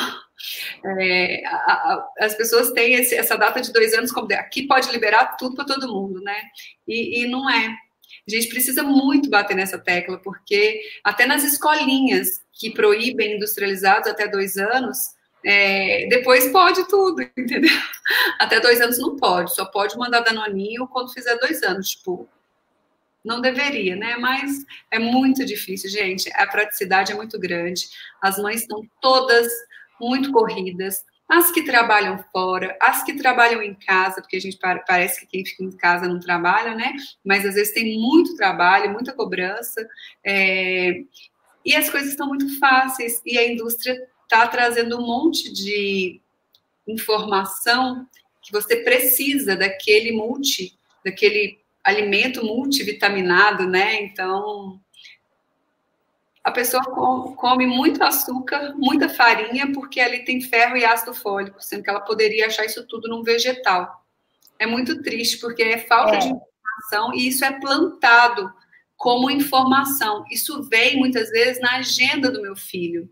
é, a, a, as pessoas têm esse, essa data de dois anos como aqui pode liberar tudo para todo mundo, né? E, e não é. A gente precisa muito bater nessa tecla, porque até nas escolinhas que proíbem industrializados até dois anos, é, depois pode tudo, entendeu? Até dois anos não pode, só pode mandar danoninho quando fizer dois anos, tipo... Não deveria, né? Mas é muito difícil, gente. A praticidade é muito grande. As mães estão todas muito corridas. As que trabalham fora, as que trabalham em casa, porque a gente parece que quem fica em casa não trabalha, né? Mas às vezes tem muito trabalho, muita cobrança. É... E as coisas estão muito fáceis. E a indústria está trazendo um monte de informação que você precisa daquele multi, daquele alimento multivitaminado, né? Então, a pessoa come muito açúcar, muita farinha, porque ali tem ferro e ácido fólico, sendo que ela poderia achar isso tudo num vegetal. É muito triste, porque é falta é. de informação, e isso é plantado como informação. Isso vem, muitas vezes, na agenda do meu filho.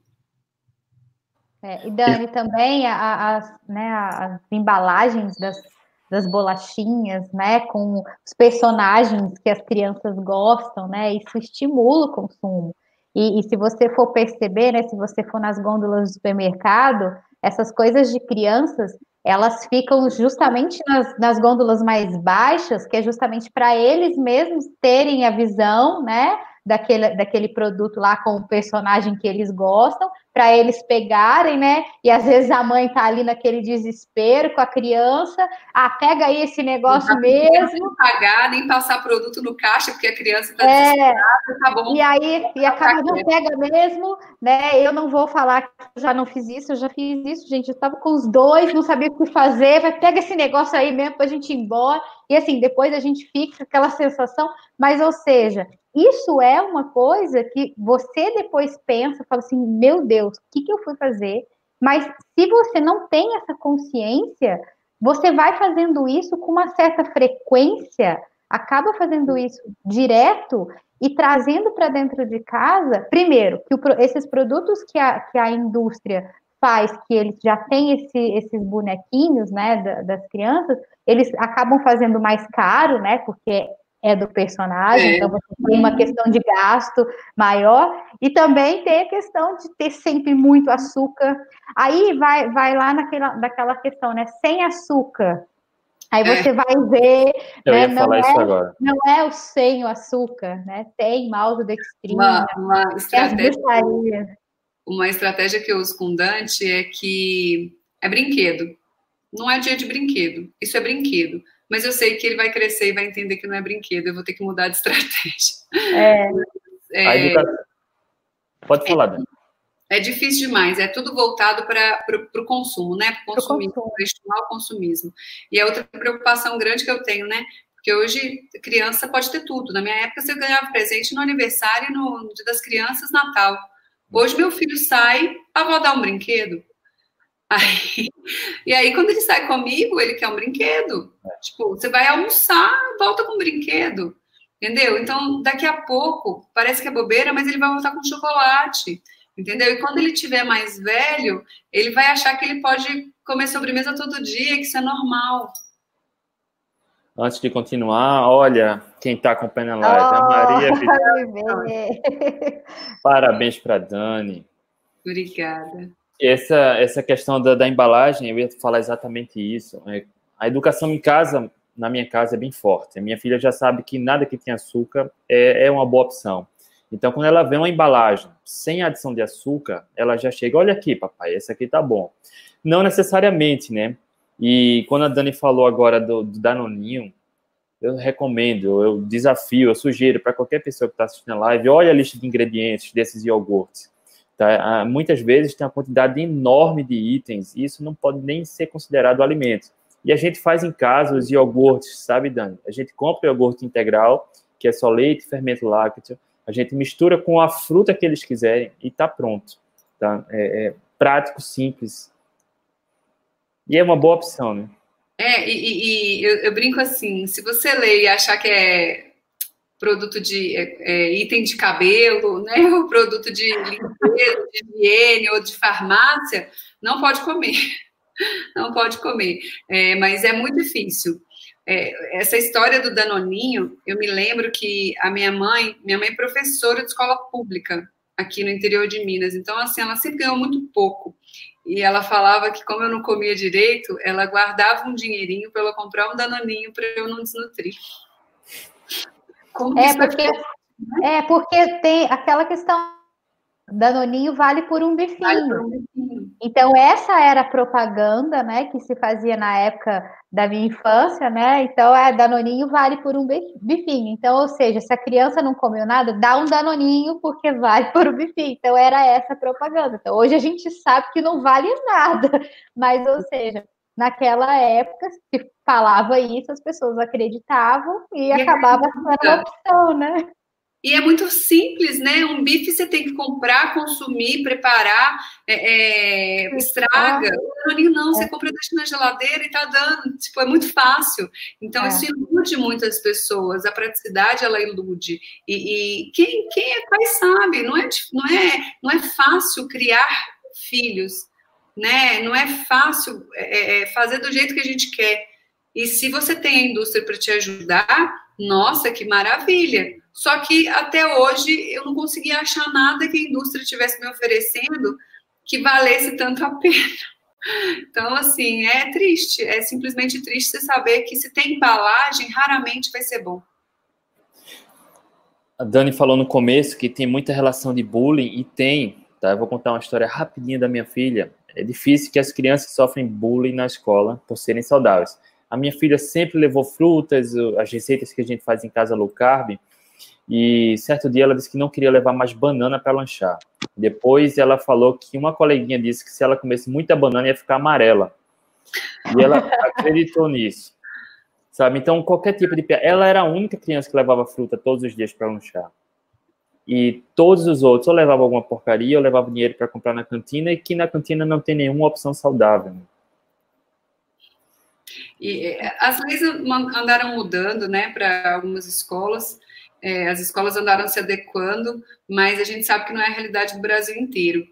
É, e, Dani, também a, a, né, as embalagens das das bolachinhas, né, com os personagens que as crianças gostam, né, isso estimula o consumo. E, e se você for perceber, né, se você for nas gôndolas do supermercado, essas coisas de crianças, elas ficam justamente nas, nas gôndolas mais baixas, que é justamente para eles mesmos terem a visão, né, daquele, daquele produto lá com o personagem que eles gostam, para eles pegarem, né? E às vezes a mãe tá ali naquele desespero com a criança, ah, pega aí esse negócio mesmo. Não pagar, nem passar produto no caixa, porque a criança tá é, desesperada, tá bom. E aí, e acaba, não pega mesmo, né? Eu não vou falar que eu já não fiz isso, eu já fiz isso, gente. Eu tava com os dois, não sabia o que fazer, vai, pega esse negócio aí mesmo pra gente ir embora. E assim, depois a gente fica com aquela sensação, mas, ou seja, isso é uma coisa que você depois pensa, fala assim, meu Deus, o que, que eu fui fazer? Mas se você não tem essa consciência, você vai fazendo isso com uma certa frequência, acaba fazendo isso direto e trazendo para dentro de casa, primeiro, que o, esses produtos que a, que a indústria faz, que eles já têm esse, esses bonequinhos, né, das crianças, eles acabam fazendo mais caro, né, porque é do personagem, É. então você tem uma questão de gasto maior, e também tem a questão de ter sempre muito açúcar. Aí vai, vai lá naquela, naquela questão, né? Sem açúcar. Aí você é. vai ver, Eu né? ia Não, falar é, isso agora. Não é o sem o açúcar, né? Tem maltodextrina, uma, uma estratégia, tem uma estratégia que eu uso com Dante é que é brinquedo. Não é dia de brinquedo. Isso é brinquedo. Mas eu sei que ele vai crescer e vai entender que não é brinquedo. Eu vou ter que mudar de estratégia. É. É, a educação... Pode falar, Dani. É, é difícil demais. É tudo voltado para o consumo, né? Para o consumismo, para estimular o consumismo. E é outra preocupação grande que eu tenho, né? Porque hoje, criança pode ter tudo. Na minha época, você ganhava presente no aniversário, no Dia das Crianças, Natal. Hoje, meu filho sai, a avó dá um brinquedo. Aí, e aí, quando ele sai comigo, ele quer um brinquedo. Tipo, você vai almoçar, volta com um brinquedo. Entendeu? Então, daqui a pouco, parece que é bobeira, mas ele vai voltar com chocolate. Entendeu? E quando ele tiver mais velho, ele vai achar que ele pode comer sobremesa todo dia, que isso é normal. Antes de continuar, olha quem está acompanhando a live, oh, a Maria Vitória. Parabéns para a Dani. Obrigada. Essa, essa questão da, da embalagem, eu ia falar exatamente isso. A educação em casa, na minha casa, é bem forte. A minha filha já sabe que nada que tem açúcar é, é uma boa opção. Então, quando ela vê uma embalagem sem adição de açúcar, ela já chega, olha aqui, papai, esse aqui tá bom. Não necessariamente, né? E quando a Dani falou agora do, do Danoninho, eu recomendo, eu desafio, eu sugiro para qualquer pessoa que está assistindo a live, olha a lista de ingredientes desses iogurtes. Tá? Muitas vezes tem uma quantidade enorme de itens, e isso não pode nem ser considerado alimento. E a gente faz em casa os iogurtes, sabe, Dani? A gente compra o iogurte integral, que é só leite e fermento lácteo, a gente mistura com a fruta que eles quiserem e está pronto. Tá? É, é prático, simples. E é uma boa opção, né? É, e, e eu, eu brinco assim, se você ler e achar que é produto de é, é, item de cabelo, né, ou produto de limpeza, de higiene ou de farmácia, não pode comer. Não pode comer. É, mas é muito difícil. É, essa história do Danoninho, eu me lembro que a minha mãe, minha mãe é professora de escola pública aqui no interior de Minas, então assim, ela sempre ganhou muito pouco. E ela falava que, como eu não comia direito, ela guardava um dinheirinho para eu comprar um Danoninho para eu não desnutrir. Como é, porque, é, é porque tem aquela questão, Danoninho vale por um bifinho. Vale por um bifinho. Então, essa era a propaganda, né, que se fazia na época da minha infância, né? Então, é, Danoninho vale por um bifinho. Então, ou seja, se a criança não comeu nada, dá um Danoninho porque vale por um bifinho. Então, era essa a propaganda. Então, hoje a gente sabe que não vale nada, mas, ou seja, naquela época, se falava isso, as pessoas acreditavam e, e acabava sendo uma opção, né? E é muito simples, né? Um bife você tem que comprar, consumir, preparar, é, é, estraga. O Danoninho não, você compra, deixa na geladeira e tá dando. Tipo, é muito fácil. Então, é. isso ilude muitas pessoas. A praticidade, ela ilude. E, e quem, quem é pai sabe, não é, não, é, não é fácil criar filhos, né? Não é fácil é, fazer do jeito que a gente quer. E se você tem a indústria para te ajudar, nossa, que maravilha! Só que até hoje eu não conseguia achar nada que a indústria estivesse me oferecendo que valesse tanto a pena. Então, assim, é triste, é simplesmente triste você saber que se tem embalagem, raramente vai ser bom. A Dani falou no começo que tem muita relação de bullying, e tem, tá? Eu vou contar uma história rapidinha da minha filha. É difícil que as crianças sofrem bullying na escola por serem saudáveis. A minha filha sempre levou frutas, as receitas que a gente faz em casa low carb, e certo dia ela disse que não queria levar mais banana para lanchar. Depois ela falou que uma coleguinha disse que se ela comesse muita banana ia ficar amarela. E ela acreditou nisso, sabe? Então, qualquer tipo de... Ela era a única criança que levava fruta todos os dias para lanchar. E todos os outros ou levavam alguma porcaria ou levavam dinheiro para comprar na cantina, e que na cantina não tem nenhuma opção saudável. E as leis andaram mudando, né, para algumas escolas. É, as escolas andaram se adequando, mas a gente sabe que não é a realidade do Brasil inteiro.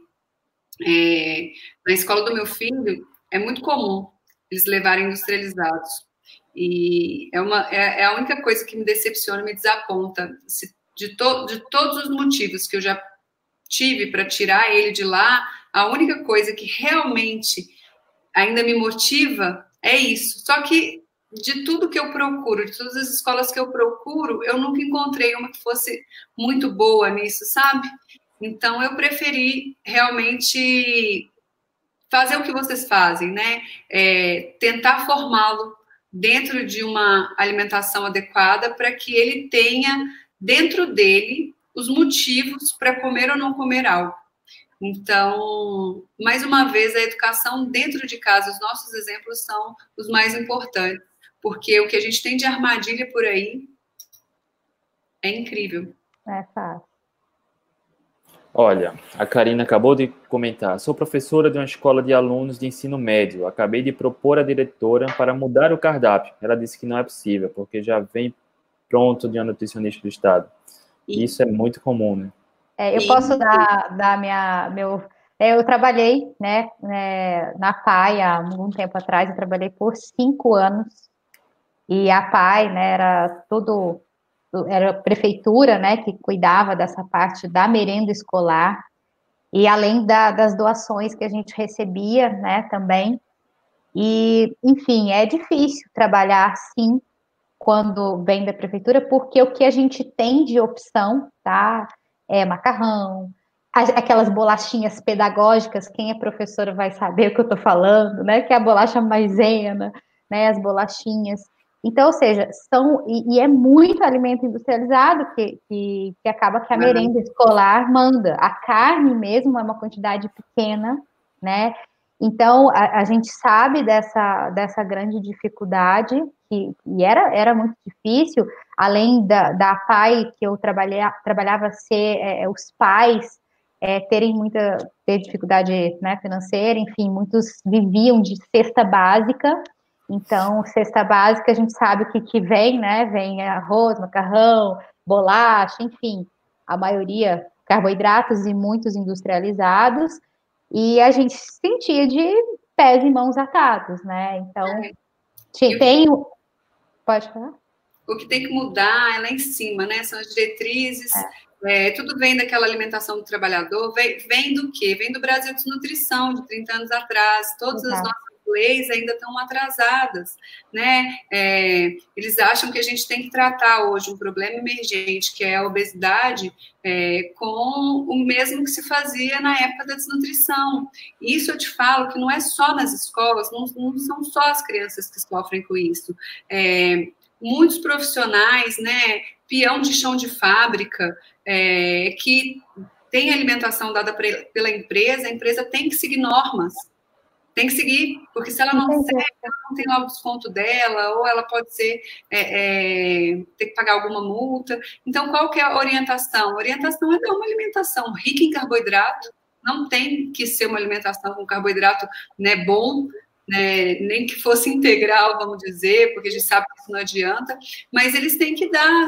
É, na escola do meu filho, é muito comum eles levarem industrializados. E é, uma, é, é a única coisa que me decepciona, me desaponta. Se, de, to, de todos os motivos que eu já tive para tirar ele de lá, a única coisa que realmente ainda me motiva é isso. Só que de tudo que eu procuro, de todas as escolas que eu procuro, eu nunca encontrei uma que fosse muito boa nisso, sabe? Então, eu preferi realmente fazer o que vocês fazem, né? É, tentar formá-lo dentro de uma alimentação adequada para que ele tenha dentro dele os motivos para comer ou não comer algo. Então, mais uma vez, a educação dentro de casa, os nossos exemplos são os mais importantes, porque o que a gente tem de armadilha por aí é incrível. É fácil. Olha, a Karina acabou de comentar. Sou professora de uma escola de alunos de ensino médio. Acabei de propor à diretora para mudar o cardápio. Ela disse que não é possível, porque já vem pronto de uma nutricionista do estado. E isso é muito comum, né? É, eu posso dar, dar minha, meu... Eu trabalhei, né, né, na P A I há algum tempo atrás, eu trabalhei por cinco anos, e a P A I, né, era tudo, era a prefeitura, né, que cuidava dessa parte da merenda escolar, e além da, das doações que a gente recebia, né, também, e, enfim, é difícil trabalhar assim, quando vem da prefeitura, porque o que a gente tem de opção, tá, é macarrão, aquelas bolachinhas pedagógicas, quem é professora vai saber o que eu estou falando, né? Que é a bolacha maisena, né? As bolachinhas. Então, ou seja, são e, e é muito alimento industrializado que, que, que acaba que a merenda escolar manda. A carne mesmo é uma quantidade pequena, né? Então, a, a gente sabe dessa, dessa grande dificuldade, que, e era, era muito difícil, além da, da P A I que eu trabalhei, trabalhava ser é, os pais é, terem muita ter dificuldade, né, financeira, enfim, muitos viviam de cesta básica. Então, cesta básica, a gente sabe o que, que vem, né? Vem arroz, macarrão, bolacha, enfim, a maioria carboidratos e muitos industrializados, e a gente se sentia de pés e mãos atados, né? Então, é. tem... Pode falar? O que tem que mudar é lá em cima, né? São as diretrizes, é. É, tudo vem daquela alimentação do trabalhador, vem, vem do quê? Vem do Brasil Desnutrição, de trinta anos atrás, todas Exato. As nossas leis ainda estão atrasadas, né? É, eles acham que a gente tem que tratar hoje um problema emergente, que é a obesidade, é, com o mesmo que se fazia na época da desnutrição. Isso eu te falo que não é só nas escolas, não, não são só as crianças que sofrem com isso. É, muitos profissionais, né, peão de chão de fábrica, é, que tem alimentação dada pela empresa, a empresa tem que seguir normas. Tem que seguir, porque se ela não segue, ela não tem lá o desconto dela, ou ela pode ser, é, é, ter que pagar alguma multa. Então, qual que é a orientação? A orientação é dar uma alimentação rica em carboidrato, não tem que ser uma alimentação com carboidrato, né, bom, né, nem que fosse integral, vamos dizer, porque a gente sabe que isso não adianta, mas eles têm que dar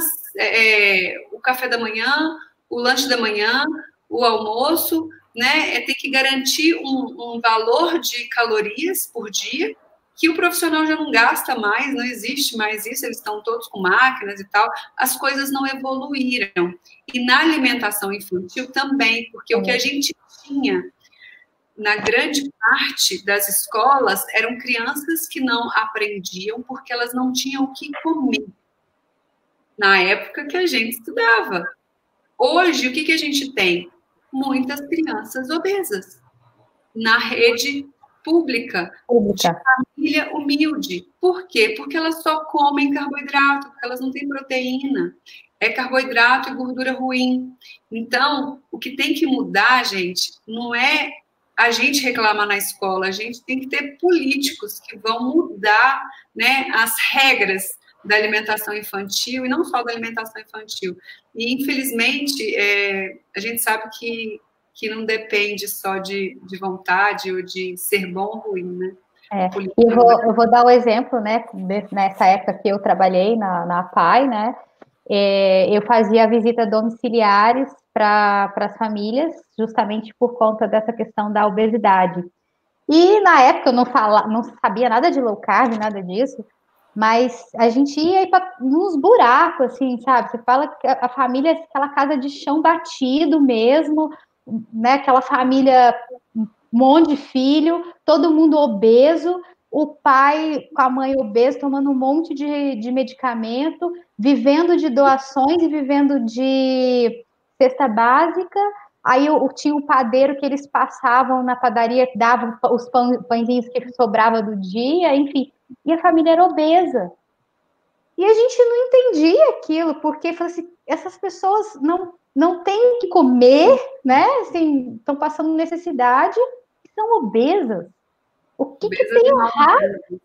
é, o café da manhã, o lanche da manhã, o almoço, né, é ter que garantir um, um valor de calorias por dia, que o profissional já não gasta mais, não existe mais isso, eles estão todos com máquinas e tal, as coisas não evoluíram. E na alimentação infantil também, porque o que a gente tinha na grande parte das escolas eram crianças que não aprendiam porque elas não tinham o que comer na época que a gente estudava. Hoje, o que, que a gente tem? Muitas crianças obesas na rede pública, pública, de família humilde. Por quê? Porque elas só comem carboidrato, porque elas não têm proteína. É carboidrato e gordura ruim. Então, o que tem que mudar, gente, não é a gente reclamar na escola, a gente tem que ter políticos que vão mudar, né, as regras da alimentação infantil, e não só da alimentação infantil. E, infelizmente, é, a gente sabe que, que não depende só de, de vontade ou de ser bom ou ruim, né? É, eu, vou, eu vou dar o um exemplo, né, nessa época que eu trabalhei na, na P A I, né, é, eu fazia visitas domiciliares para as famílias, justamente por conta dessa questão da obesidade. E, na época, eu não, fala, não sabia nada de low carb, nada disso, Mas a gente ia para uns buracos, assim, sabe? Você fala que a família é aquela casa de chão batido mesmo, né? Aquela família, um monte de filho, todo mundo obeso, o pai com a mãe obesa, tomando um monte de, de medicamento, vivendo de doações e vivendo de cesta básica. Aí eu, tinha o padeiro que eles passavam na padaria, davam os pão, pãezinhos que sobrava do dia, enfim. E a família era obesa. E a gente não entendia aquilo, porque assim, essas pessoas não, não têm que comer, né? Assim, estão passando necessidade e são obesas. O que, que tem errado?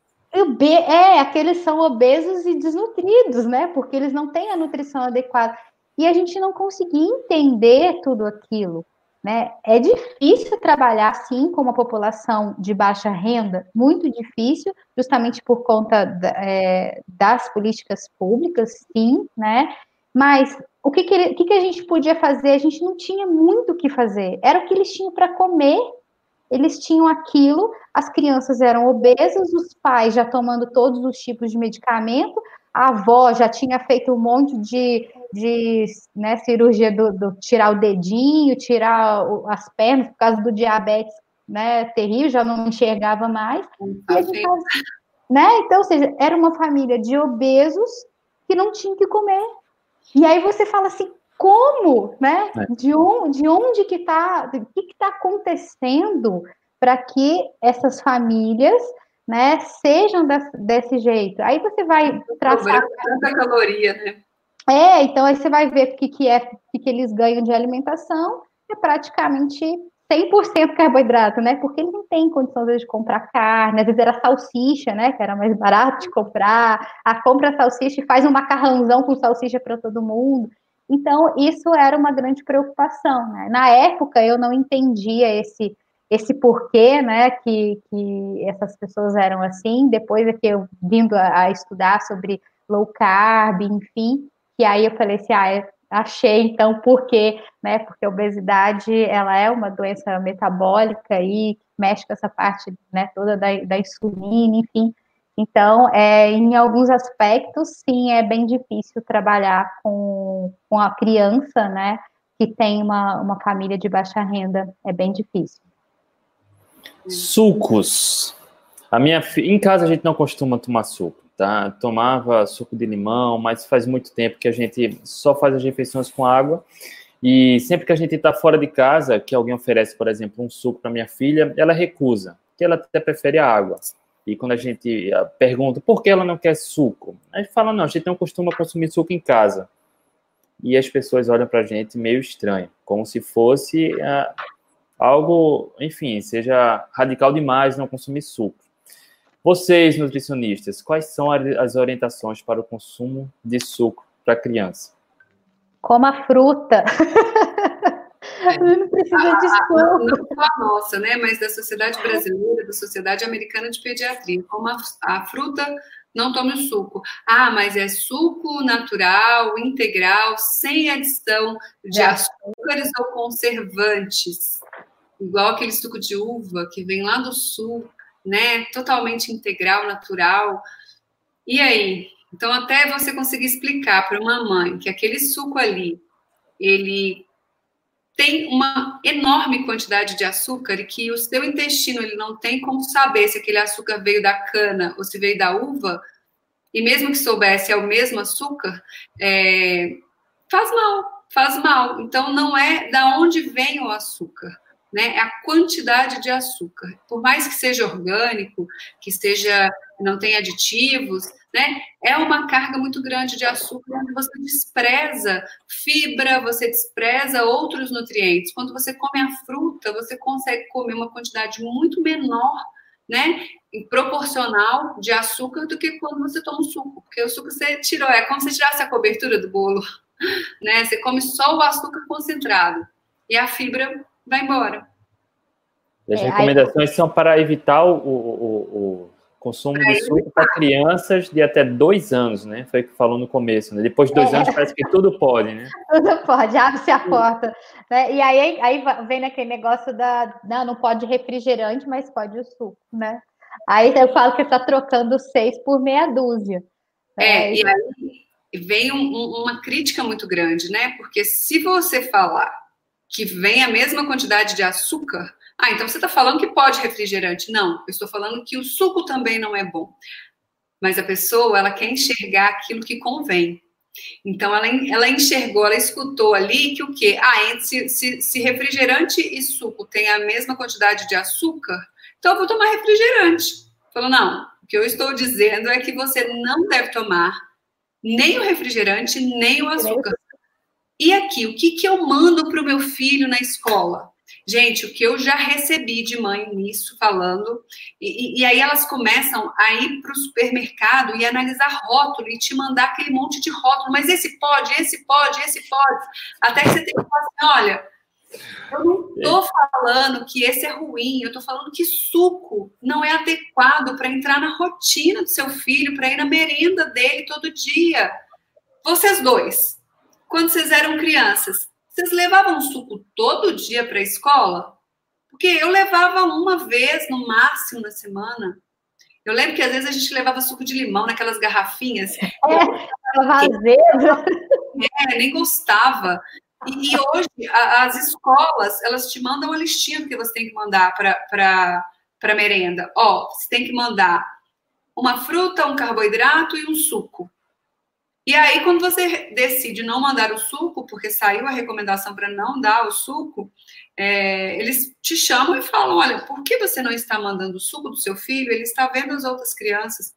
É, aqueles são obesos e desnutridos, né? Porque eles não têm a nutrição adequada. E a gente não conseguia entender tudo aquilo, né? É difícil trabalhar assim com uma população de baixa renda, muito difícil, justamente por conta da, é, das políticas públicas, sim, né? Mas o que, que, que, que a gente podia fazer? A gente não tinha muito o que fazer. Era o que eles tinham para comer. Eles tinham aquilo, as crianças eram obesas, os pais já tomando todos os tipos de medicamento, a avó já tinha feito um monte de, de né, cirurgia do, do tirar o dedinho, tirar o, as pernas, por causa do diabetes, né, terrível, já não enxergava mais. E a gente tava, né? Então, ou seja, era uma família de obesos que não tinha que comer. E aí você fala assim, como, né? De, um, de onde que está, o que está acontecendo para que essas famílias, né, sejam desse, desse jeito? Aí você vai traçar tanta caloria, né? É, então aí você vai ver o que, que é, o que, que eles ganham de alimentação, é praticamente cem por cento carboidrato, né? Porque eles não têm condição às vezes, de comprar carne, às vezes era salsicha, né? Que era mais barato de comprar, a compra salsicha e faz um macarrãozão com salsicha para todo mundo. Então, isso era uma grande preocupação, né? Na época, eu não entendia esse, esse porquê, né, que, que essas pessoas eram assim. Depois é que eu vindo a, a estudar sobre low carb, enfim, que aí eu falei assim, ah, achei então por quê, né? Porque a obesidade, ela é uma doença metabólica e mexe com essa parte, né, toda da, da insulina, enfim. Então, é, em alguns aspectos, sim, é bem difícil trabalhar com, com a criança, né, que tem uma, uma família de baixa renda, é bem difícil. Sucos. A minha fi... Em casa a gente não costuma tomar suco, tá? Tomava suco de limão, mas faz muito tempo que a gente só faz as refeições com água. E sempre que a gente está fora de casa, que alguém oferece, por exemplo, um suco para minha filha, ela recusa, porque ela até prefere a água. E quando a gente pergunta por que ela não quer suco, a gente fala, não, a gente não costuma consumir suco em casa. E as pessoas olham para a gente meio estranho, como se fosse uh, algo, enfim, seja radical demais não consumir suco. Vocês, nutricionistas, quais são as orientações para o consumo de suco para criança? Coma fruta. É. Não precisa de suco. Não só a nossa, né? Mas da Sociedade Brasileira, da Sociedade Americana de Pediatria. Como a, a fruta, não tome o suco. Ah, mas é suco natural, integral, sem adição de é. açúcares ou conservantes. Igual aquele suco de uva que vem lá do sul, né? Totalmente integral, natural. E aí? Então, até você conseguir explicar para uma mãe que aquele suco ali, ele tem uma enorme quantidade de açúcar e que o seu intestino ele não tem como saber se aquele açúcar veio da cana ou se veio da uva, e mesmo que soubesse é o mesmo açúcar, é, faz mal, faz mal. Então, não é da onde vem o açúcar, né? É a quantidade de açúcar. Por mais que seja orgânico, que seja, não tenha aditivos, né? É uma carga muito grande de açúcar, onde você despreza fibra, você despreza outros nutrientes. Quando você come a fruta, você consegue comer uma quantidade muito menor, né, proporcional de açúcar do que quando você toma o suco, porque o suco você tirou, é como se tirasse a cobertura do bolo, né? Você come só o açúcar concentrado e a fibra vai embora. As é, recomendações aí... são para evitar o, o, o consumo de suco para crianças de até dois anos, né? Foi o que falou no começo, né? Depois de dois é. anos parece que tudo pode, né? Tudo pode, abre-se a porta. Né? E aí, aí vem naquele negócio da... Não, não pode refrigerante, mas pode o suco, né? Aí eu falo que está trocando seis por meia dúzia. É, é e aí vem um, um, uma crítica muito grande, né? Porque se você falar que vem a mesma quantidade de açúcar, ah, então você está falando que pode refrigerante. Não, eu estou falando que o suco também não é bom. Mas a pessoa, ela quer enxergar aquilo que convém. Então, ela, ela enxergou, ela escutou ali que o quê? Ah, se, se, se refrigerante e suco tem a mesma quantidade de açúcar, então eu vou tomar refrigerante. Falou, não, o que eu estou dizendo é que você não deve tomar nem o refrigerante, nem o açúcar. E aqui, o que, que eu mando para o meu filho na escola? Gente, o que eu já recebi de mãe nisso, falando, e, e aí elas começam a ir para o supermercado e analisar rótulo e te mandar aquele monte de rótulo, mas esse pode, esse pode, esse pode, até que você tem que falar assim, olha, eu não estou falando que esse é ruim, eu estou falando que suco não é adequado para entrar na rotina do seu filho, para ir na merenda dele todo dia. Vocês dois, quando vocês eram crianças, vocês levavam suco todo dia para a escola? Porque eu levava uma vez, no máximo, na semana. Eu lembro que às vezes a gente levava suco de limão naquelas garrafinhas. É, vazio. É, nem gostava. E, e hoje, a, as escolas, elas te mandam uma listinha do que você tem que mandar para a merenda. Ó, você tem que mandar uma fruta, um carboidrato e um suco. E aí, quando você decide não mandar o suco, porque saiu a recomendação para não dar o suco, é, eles te chamam e falam, olha, por que você não está mandando o suco do seu filho? Ele está vendo as outras crianças.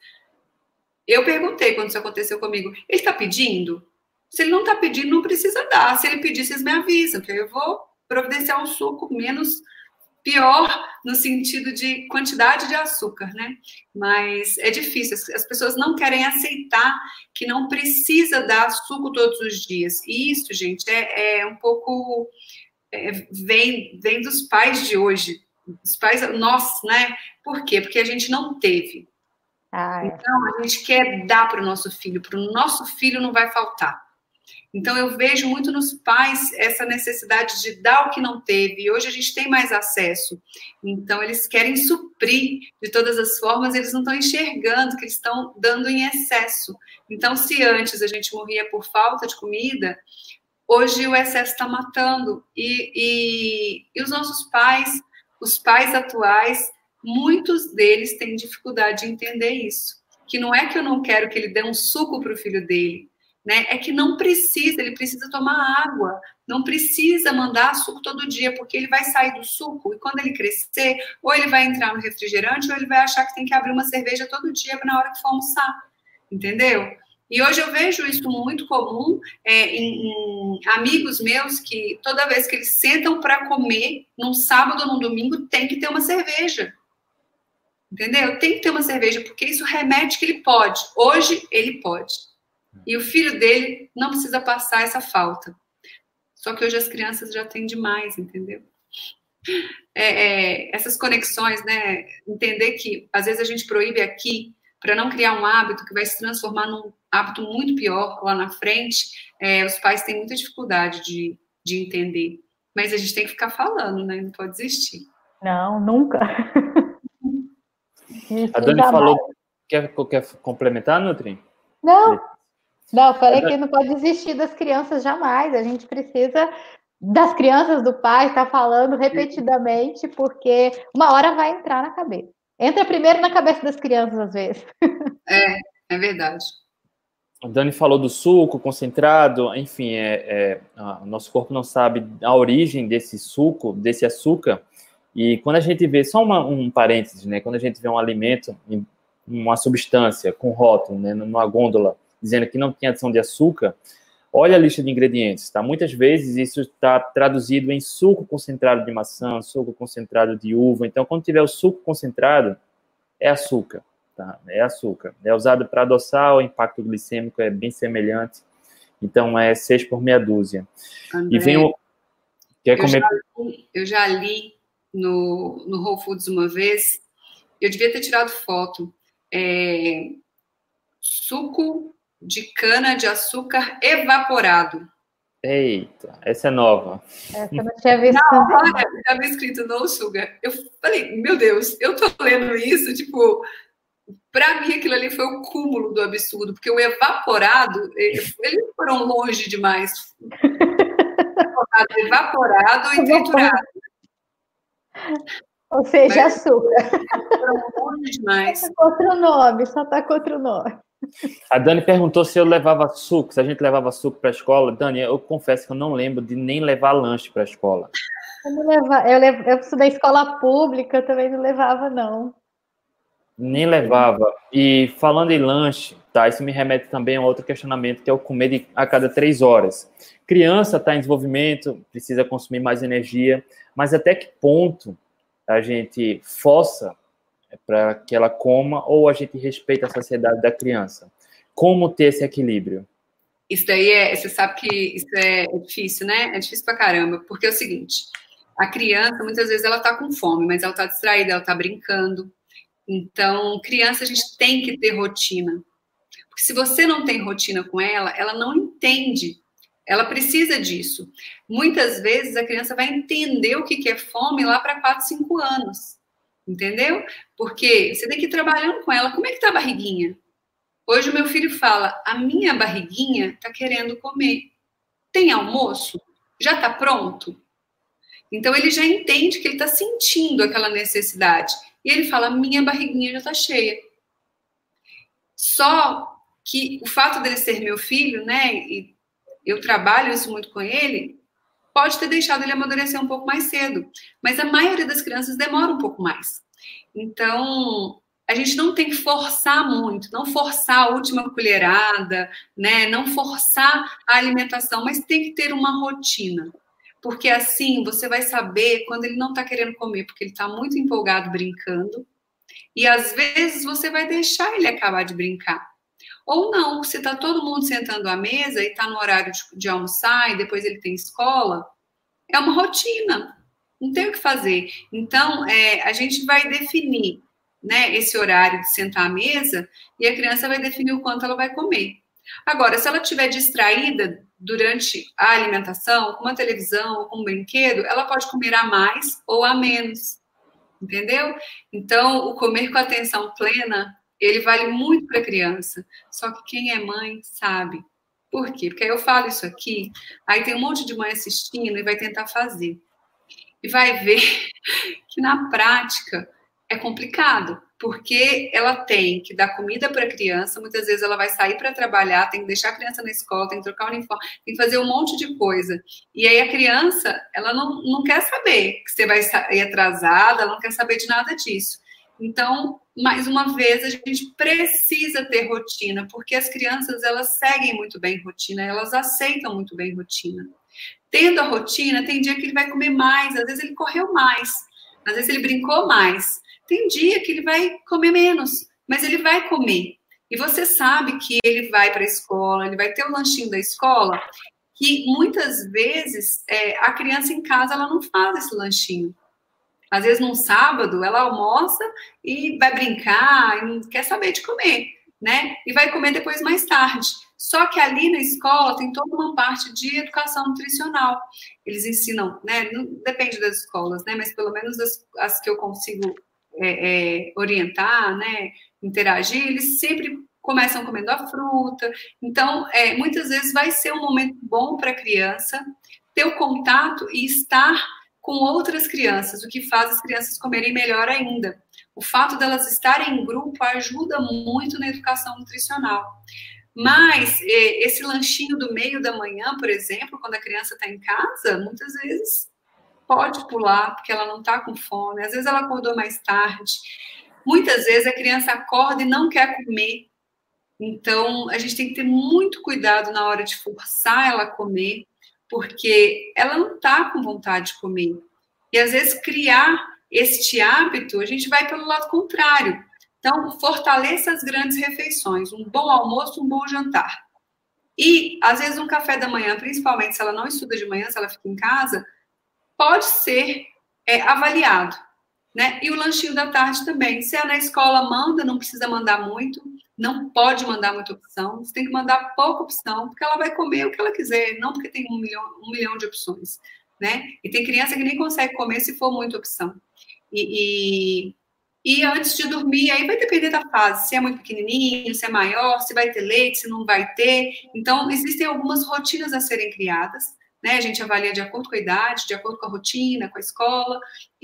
Eu perguntei quando isso aconteceu comigo, ele está pedindo? Se ele não está pedindo, não precisa dar. Se ele pedir, vocês me avisam, que eu vou providenciar um suco menos pior no sentido de quantidade de açúcar, né? Mas é difícil, as pessoas não querem aceitar que não precisa dar suco todos os dias. E isso, gente, é, é um pouco... É, vem, vem dos pais de hoje, dos pais nossos, né? Por quê? Porque a gente não teve. Ah, é. Então, a gente quer dar para o nosso filho, para o nosso filho não vai faltar. Então, eu vejo muito nos pais essa necessidade de dar o que não teve. E hoje a gente tem mais acesso. Então, eles querem suprir de todas as formas, eles não estão enxergando que eles estão dando em excesso. Então, se antes a gente morria por falta de comida, hoje o excesso está matando. E, e, e os nossos pais, os pais atuais, muitos deles têm dificuldade de entender isso. Que não é que eu não quero que ele dê um suco para o filho dele, né? É que não precisa, ele precisa tomar água, não precisa mandar suco todo dia, porque ele vai sair do suco e quando ele crescer, ou ele vai entrar no refrigerante, ou ele vai achar que tem que abrir uma cerveja todo dia na hora que for almoçar, entendeu? E hoje eu vejo isso muito comum é, em, em amigos meus que toda vez que eles sentam para comer, num sábado ou num domingo, tem que ter uma cerveja. Entendeu? Tem que ter uma cerveja, porque isso remete que ele pode. Hoje, ele pode. E o filho dele não precisa passar essa falta. Só que hoje as crianças já têm demais, entendeu? É, é, essas conexões, né? Entender que, às vezes, a gente proíbe aqui para não criar um hábito que vai se transformar num hábito muito pior lá na frente. É, os pais têm muita dificuldade de, de entender. Mas a gente tem que ficar falando, né? Não pode desistir. Não, nunca. A Dani falou, quer, quer complementar, Nutri? Não, não, eu falei que não pode desistir das crianças jamais, a gente precisa das crianças do pai, estar tá falando repetidamente, porque uma hora vai entrar na cabeça. Entra primeiro na cabeça das crianças, às vezes. É, é verdade. A Dani falou do suco concentrado, enfim, é, é, a, o nosso corpo não sabe a origem desse suco, desse açúcar. E quando a gente vê, só uma, um parênteses, né? Quando a gente vê um alimento, uma substância com rótulo, né, numa gôndola, dizendo que não tem adição de açúcar, olha a lista de ingredientes, tá? Muitas vezes isso está traduzido em suco concentrado de maçã, suco concentrado de uva. Então, quando tiver o suco concentrado, é açúcar, tá? É açúcar. É usado para adoçar, o impacto glicêmico é bem semelhante. Então, é seis por meia dúzia. André, e vem o... Quer eu, comer... já li, eu já li no, no Whole Foods uma vez, eu devia ter tirado foto, é, suco de cana de açúcar evaporado. Eita, essa é nova. Essa eu não tinha visto. Na hora, estava escrito no sugar. Eu falei, meu Deus, eu tô lendo isso, tipo, para mim aquilo ali foi o cúmulo do absurdo, porque o evaporado, eles foram longe demais. Evaporado e triturado. Ou seja, Mas, açúcar. Foram longe demais. Só tá com outro nome, só tá com outro nome. A Dani perguntou se eu levava suco, se a gente levava suco para a escola. Dani, eu confesso que eu não lembro de nem levar lanche para a escola. Eu, não leva, eu, levo, eu estudei escola pública, eu também não levava, não. Nem levava. E falando em lanche, tá, isso me remete também a outro questionamento, que é o comer de, a cada três horas. Criança está em desenvolvimento, precisa consumir mais energia, mas até que ponto a gente força para que ela coma ou a gente respeita a saciedade da criança? Como ter esse equilíbrio? Isso daí é, você sabe que isso é, é difícil, né? É difícil pra caramba, porque é o seguinte, a criança, muitas vezes, ela tá com fome, mas ela tá distraída, ela tá brincando. Então, criança, a gente tem que ter rotina. Porque se você não tem rotina com ela, ela não entende. Ela precisa disso. Muitas vezes, a criança vai entender o que é fome lá para quatro, cinco anos. Entendeu? Porque você tem que ir trabalhando com ela. Como é que tá a barriguinha? Hoje o meu filho fala, a minha barriguinha tá querendo comer. Tem almoço? Já tá pronto? Então ele já entende que ele tá sentindo aquela necessidade. E ele fala, minha barriguinha já tá cheia. Só que o fato dele ser meu filho, né, e eu trabalho isso muito com ele, pode ter deixado ele amadurecer um pouco mais cedo. Mas a maioria das crianças demora um pouco mais. Então, a gente não tem que forçar muito, não forçar a última colherada, né? Não forçar a alimentação, mas tem que ter uma rotina. Porque assim, você vai saber quando ele não está querendo comer, porque ele está muito empolgado brincando. E às vezes você vai deixar ele acabar de brincar. Ou não, se está todo mundo sentando à mesa e está no horário de, de almoçar e depois ele tem escola, é uma rotina, não tem o que fazer. Então, é, a gente vai definir, né, esse horário de sentar à mesa e a criança vai definir o quanto ela vai comer. Agora, se ela estiver distraída durante a alimentação, com uma televisão ou com um brinquedo, ela pode comer a mais ou a menos, entendeu? Então, o comer com atenção plena, ele vale muito para a criança. Só que quem é mãe sabe. Por quê? Porque aí eu falo isso aqui, aí tem um monte de mãe assistindo e vai tentar fazer. E vai ver que na prática é complicado, porque ela tem que dar comida para a criança, muitas vezes ela vai sair para trabalhar, tem que deixar a criança na escola, tem que trocar o uniforme, tem que fazer um monte de coisa. E aí a criança, ela não, não quer saber que você vai sair atrasada, ela não quer saber de nada disso. Então, mais uma vez, a gente precisa ter rotina, porque as crianças, elas seguem muito bem rotina, elas aceitam muito bem rotina. Tendo a rotina, tem dia que ele vai comer mais, às vezes ele correu mais, às vezes ele brincou mais. Tem dia que ele vai comer menos, mas ele vai comer. E você sabe que ele vai para a escola, ele vai ter o lanchinho da escola, que muitas vezes é, a criança em casa ela não faz esse lanchinho. Às vezes, num sábado, ela almoça e vai brincar, e não quer saber de comer, né? E vai comer depois mais tarde. Só que ali na escola tem toda uma parte de educação nutricional. Eles ensinam, né? Não, depende das escolas, né? Mas pelo menos as, as que eu consigo é, é, orientar, né? Interagir, eles sempre começam comendo a fruta. Então, é, muitas vezes vai ser um momento bom para a criança ter o contato e estar com outras crianças, o que faz as crianças comerem melhor ainda. O fato delas estarem em grupo ajuda muito na educação nutricional. Mas esse lanchinho do meio da manhã, por exemplo, quando a criança está em casa, muitas vezes pode pular, porque ela não está com fome. Às vezes ela acordou mais tarde. Muitas vezes a criança acorda e não quer comer. Então, a gente tem que ter muito cuidado na hora de forçar ela a comer, porque ela não está com vontade de comer. E, às vezes, criar este hábito, a gente vai pelo lado contrário. Então, fortaleça as grandes refeições, um bom almoço, um bom jantar. E, às vezes, um café da manhã, principalmente se ela não estuda de manhã, se ela fica em casa, pode ser é, avaliado, né? E o lanchinho da tarde também. Se é na escola, manda, não precisa mandar muito, não pode mandar muita opção, você tem que mandar pouca opção, porque ela vai comer o que ela quiser, não porque tem um milhão, um milhão de opções, né? E tem criança que nem consegue comer se for muita opção. E, e, e antes de dormir, aí vai depender da fase, se é muito pequenininho, se é maior, se vai ter leite, se não vai ter. Então, existem algumas rotinas a serem criadas, né? A gente avalia de acordo com a idade, de acordo com a rotina, com a escola,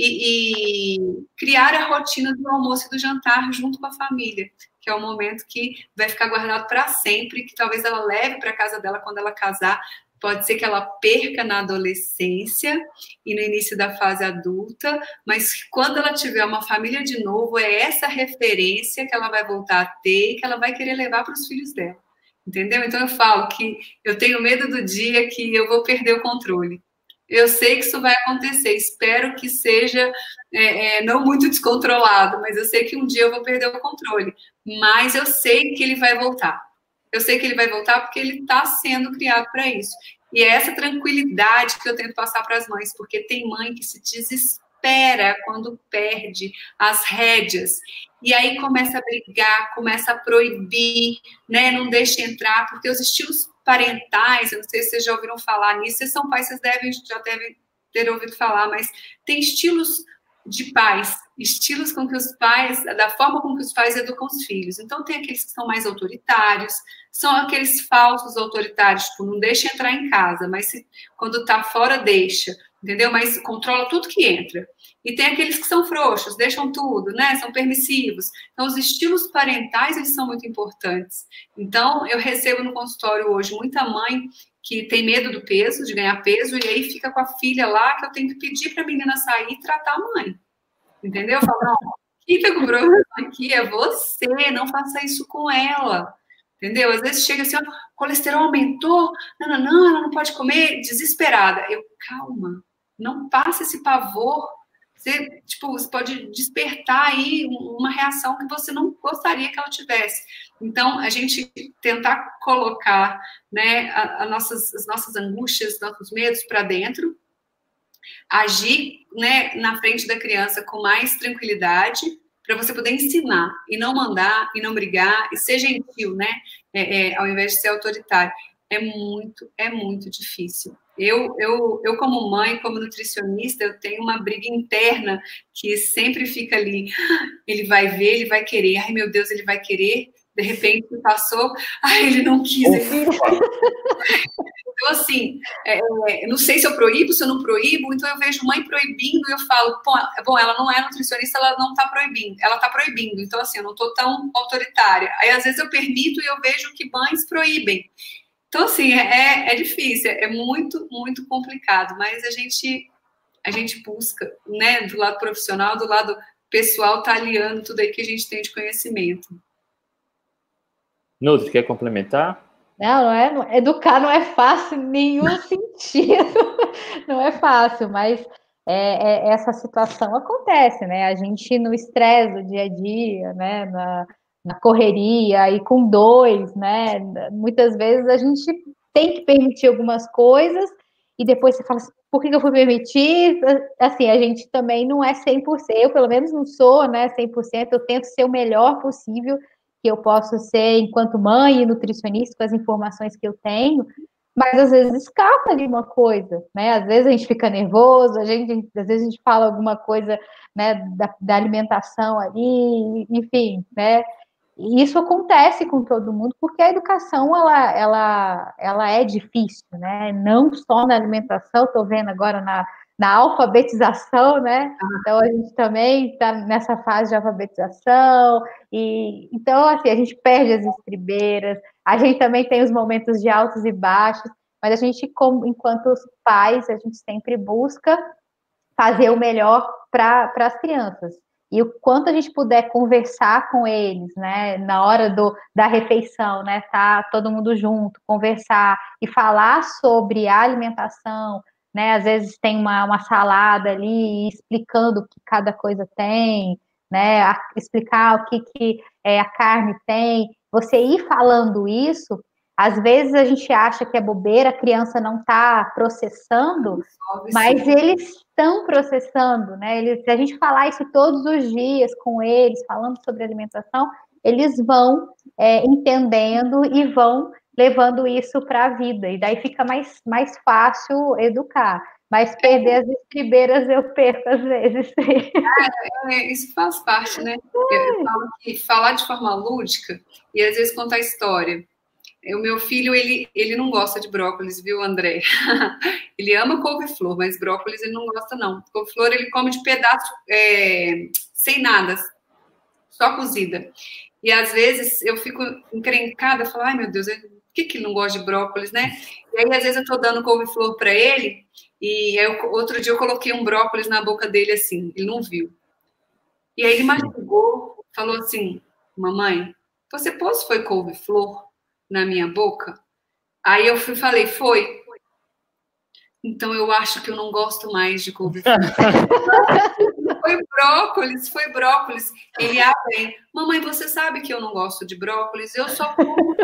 e, e criar a rotina do almoço e do jantar junto com a família, que é o momento que vai ficar guardado para sempre, que talvez ela leve para casa dela quando ela casar. Pode ser que ela perca na adolescência e no início da fase adulta, mas quando ela tiver uma família de novo, é essa referência que ela vai voltar a ter e que ela vai querer levar para os filhos dela. Entendeu? Então eu falo que eu tenho medo do dia que eu vou perder o controle. Eu sei que isso vai acontecer, espero que seja é, é, não muito descontrolado, mas eu sei que um dia eu vou perder o controle. Mas eu sei que ele vai voltar. Eu sei que ele vai voltar porque ele está sendo criado para isso. E é essa tranquilidade que eu tento passar para as mães, porque tem mãe que se desespera quando perde as rédeas. E aí começa a brigar, começa a proibir, né? Não deixa entrar, porque os estilos parentais, eu não sei se vocês já ouviram falar nisso, vocês são pais, vocês devem, já devem ter ouvido falar, mas tem estilos de pais, estilos com que os pais, da forma com que os pais educam os filhos. Então, tem aqueles que são mais autoritários, são aqueles falsos autoritários, tipo, não deixa entrar em casa, mas se, quando tá fora, deixa, entendeu? Mas controla tudo que entra. E tem aqueles que são frouxos, deixam tudo, né? São permissivos. Então, os estilos parentais, eles são muito importantes. Então, eu recebo no consultório hoje muita mãe que tem medo do peso, de ganhar peso, e aí fica com a filha lá, que eu tenho que pedir para a menina sair e tratar a mãe. Entendeu? Fala, não, quem tá com o problema aqui é você, não faça isso com ela. Entendeu? Às vezes chega assim, ó, colesterol aumentou, não, não, não, ela não pode comer, desesperada. Eu, calma, não passa esse pavor. Você, tipo, você pode despertar aí uma reação que você não gostaria que ela tivesse. Então, a gente tentar colocar, né, a, a nossas, as nossas angústias, nossos medos para dentro, agir, né, na frente da criança com mais tranquilidade, para você poder ensinar, e não mandar, e não brigar, e ser gentil, né, é, é, ao invés de ser autoritário. É muito, é muito difícil. Eu, eu, eu, como mãe, como nutricionista, eu tenho uma briga interna que sempre fica ali. Ele vai ver, ele vai querer. Ai, meu Deus, ele vai querer. De repente, passou. Ai, ele não quis. Ele... Então, assim, é, não sei se eu proíbo, se eu não proíbo. Então, eu vejo mãe proibindo e eu falo, bom, ela não é nutricionista, ela não está proibindo. Ela está proibindo. Então, assim, eu não estou tão autoritária. Aí, às vezes, eu permito e eu vejo que mães proíbem. Então, assim, é, é difícil, é muito, muito complicado, mas a gente, a gente busca, né, do lado profissional, do lado pessoal, tá aliando tudo aí que a gente tem de conhecimento. Nutri, quer complementar? Não, não é, não, educar não é fácil em nenhum sentido, não é fácil, mas é, é, essa situação acontece, né, a gente no estresse do dia a dia, né, na... na correria, e com dois, né, muitas vezes a gente tem que permitir algumas coisas, e depois você fala assim, por que eu fui permitir? Assim, a gente também não é cem por cento, eu pelo menos não sou, né, cem por cento, eu tento ser o melhor possível que eu posso ser enquanto mãe e nutricionista, com as informações que eu tenho, mas às vezes escapa de uma coisa, né, às vezes a gente fica nervoso, a gente, às vezes a gente fala alguma coisa, né, da, da alimentação ali, enfim, né, e isso acontece com todo mundo, porque a educação, ela, ela, ela é difícil, né? Não só na alimentação, estou vendo agora na, na alfabetização, né? Então, a gente também está nessa fase de alfabetização, e então, assim, a gente perde as estribeiras, a gente também tem os momentos de altos e baixos, mas a gente, como, enquanto os pais, a gente sempre busca fazer o melhor para as crianças. E o quanto a gente puder conversar com eles, né, na hora do, da refeição, né, tá todo mundo junto, conversar e falar sobre a alimentação, né, às vezes tem uma, uma salada ali explicando o que cada coisa tem, né, a, explicar o que, que é, a carne tem, você ir falando isso, às vezes a gente acha que é bobeira, a criança não está processando, mas eles estão processando, né? Eles, se a gente falar isso todos os dias com eles, falando sobre alimentação, eles vão é, entendendo e vão levando isso para a vida, e daí fica mais, mais fácil educar. Mas perder as estribeiras eu perco às vezes. Ah, é, isso faz parte, né? Eu, eu falo que falar de forma lúdica e às vezes contar história. O meu filho, ele, ele não gosta de brócolis, viu, André? Ele ama couve-flor, mas brócolis ele não gosta, não. Couve-flor ele come de pedaço, é, sem nada, só cozida. E às vezes eu fico encrencada, falo, ai meu Deus, por que, que ele não gosta de brócolis, né? E aí às vezes eu tô dando couve-flor para ele, e eu, outro dia eu coloquei um brócolis na boca dele assim, ele não viu. E aí ele mastigou, falou assim, mamãe, você pôs foi couve-flor na minha boca? Aí eu fui, falei, foi. Então eu acho que eu não gosto mais de couve-flor. Foi brócolis, foi brócolis. Ele abre, mamãe, você sabe que eu não gosto de brócolis, eu só como.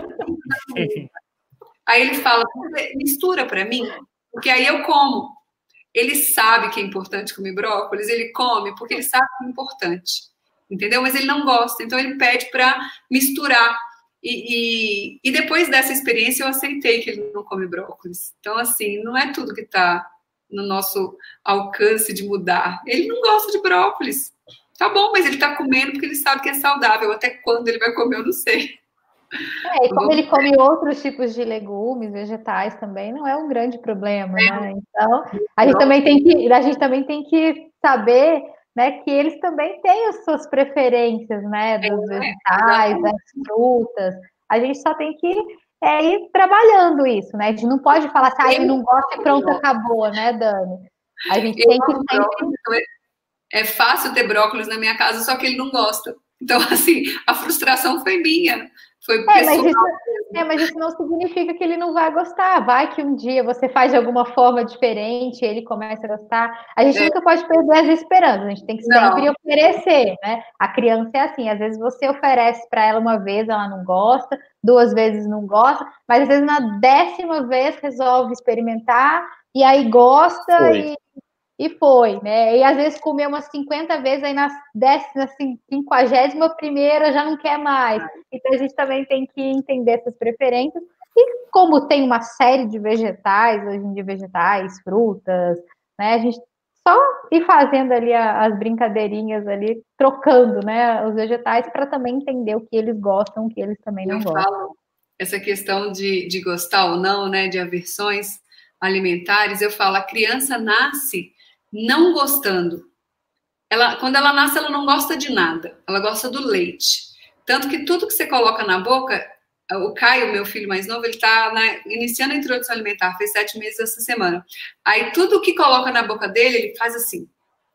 Aí ele fala, mistura para mim, porque aí eu como. Ele sabe que é importante comer brócolis, ele come porque ele sabe que é importante, entendeu? Mas ele não gosta, então ele pede para misturar. E, e, e depois dessa experiência eu aceitei que ele não come brócolis. Então, assim, não é tudo que está no nosso alcance de mudar. Ele não gosta de brócolis. Tá bom, mas ele está comendo porque ele sabe que é saudável. Até quando ele vai comer, eu não sei. É, e como ele come outros tipos de legumes, vegetais também, não é um grande problema, é. né? Então, a gente, também tem que, a gente também tem que saber, né, que eles também têm as suas preferências, né, dos é, vegetais, é. das frutas. A gente só tem que é, ir trabalhando isso, né? A gente não pode falar assim, ah, ele não gosta e pronto, acabou, né, Dani? A gente eu tem que sempre... É fácil ter brócolis na minha casa, só que ele não gosta. Então, assim, a frustração foi minha. Foi é, mas isso, é, mas isso não significa que ele não vai gostar. Vai que um dia você faz de alguma forma diferente, ele começa a gostar. A gente é. nunca pode perder as esperanças, a gente tem que sempre não. oferecer, né? A criança é assim, às vezes você oferece para ela uma vez, ela não gosta, duas vezes não gosta, mas às vezes na décima vez resolve experimentar, e aí gosta foi. e... E foi, né? E às vezes comeu umas cinquenta vezes, aí na décima, assim, quinquagésima primeira já não quer mais. Então a gente também tem que entender essas preferências. E como tem uma série de vegetais, hoje em dia vegetais, frutas, né? A gente só ir fazendo ali as brincadeirinhas ali, trocando, né? Os vegetais para também entender o que eles gostam, o que eles também não Eu gostam. Falo essa questão de, de gostar ou não, né? De aversões alimentares, eu falo, a criança nasce não gostando. Ela, quando ela nasce, ela não gosta de nada. Ela gosta do leite. Tanto que tudo que você coloca na boca, o Caio, meu filho mais novo, ele está iniciando a introdução alimentar, fez sete meses essa semana. Aí tudo que coloca na boca dele, ele faz assim,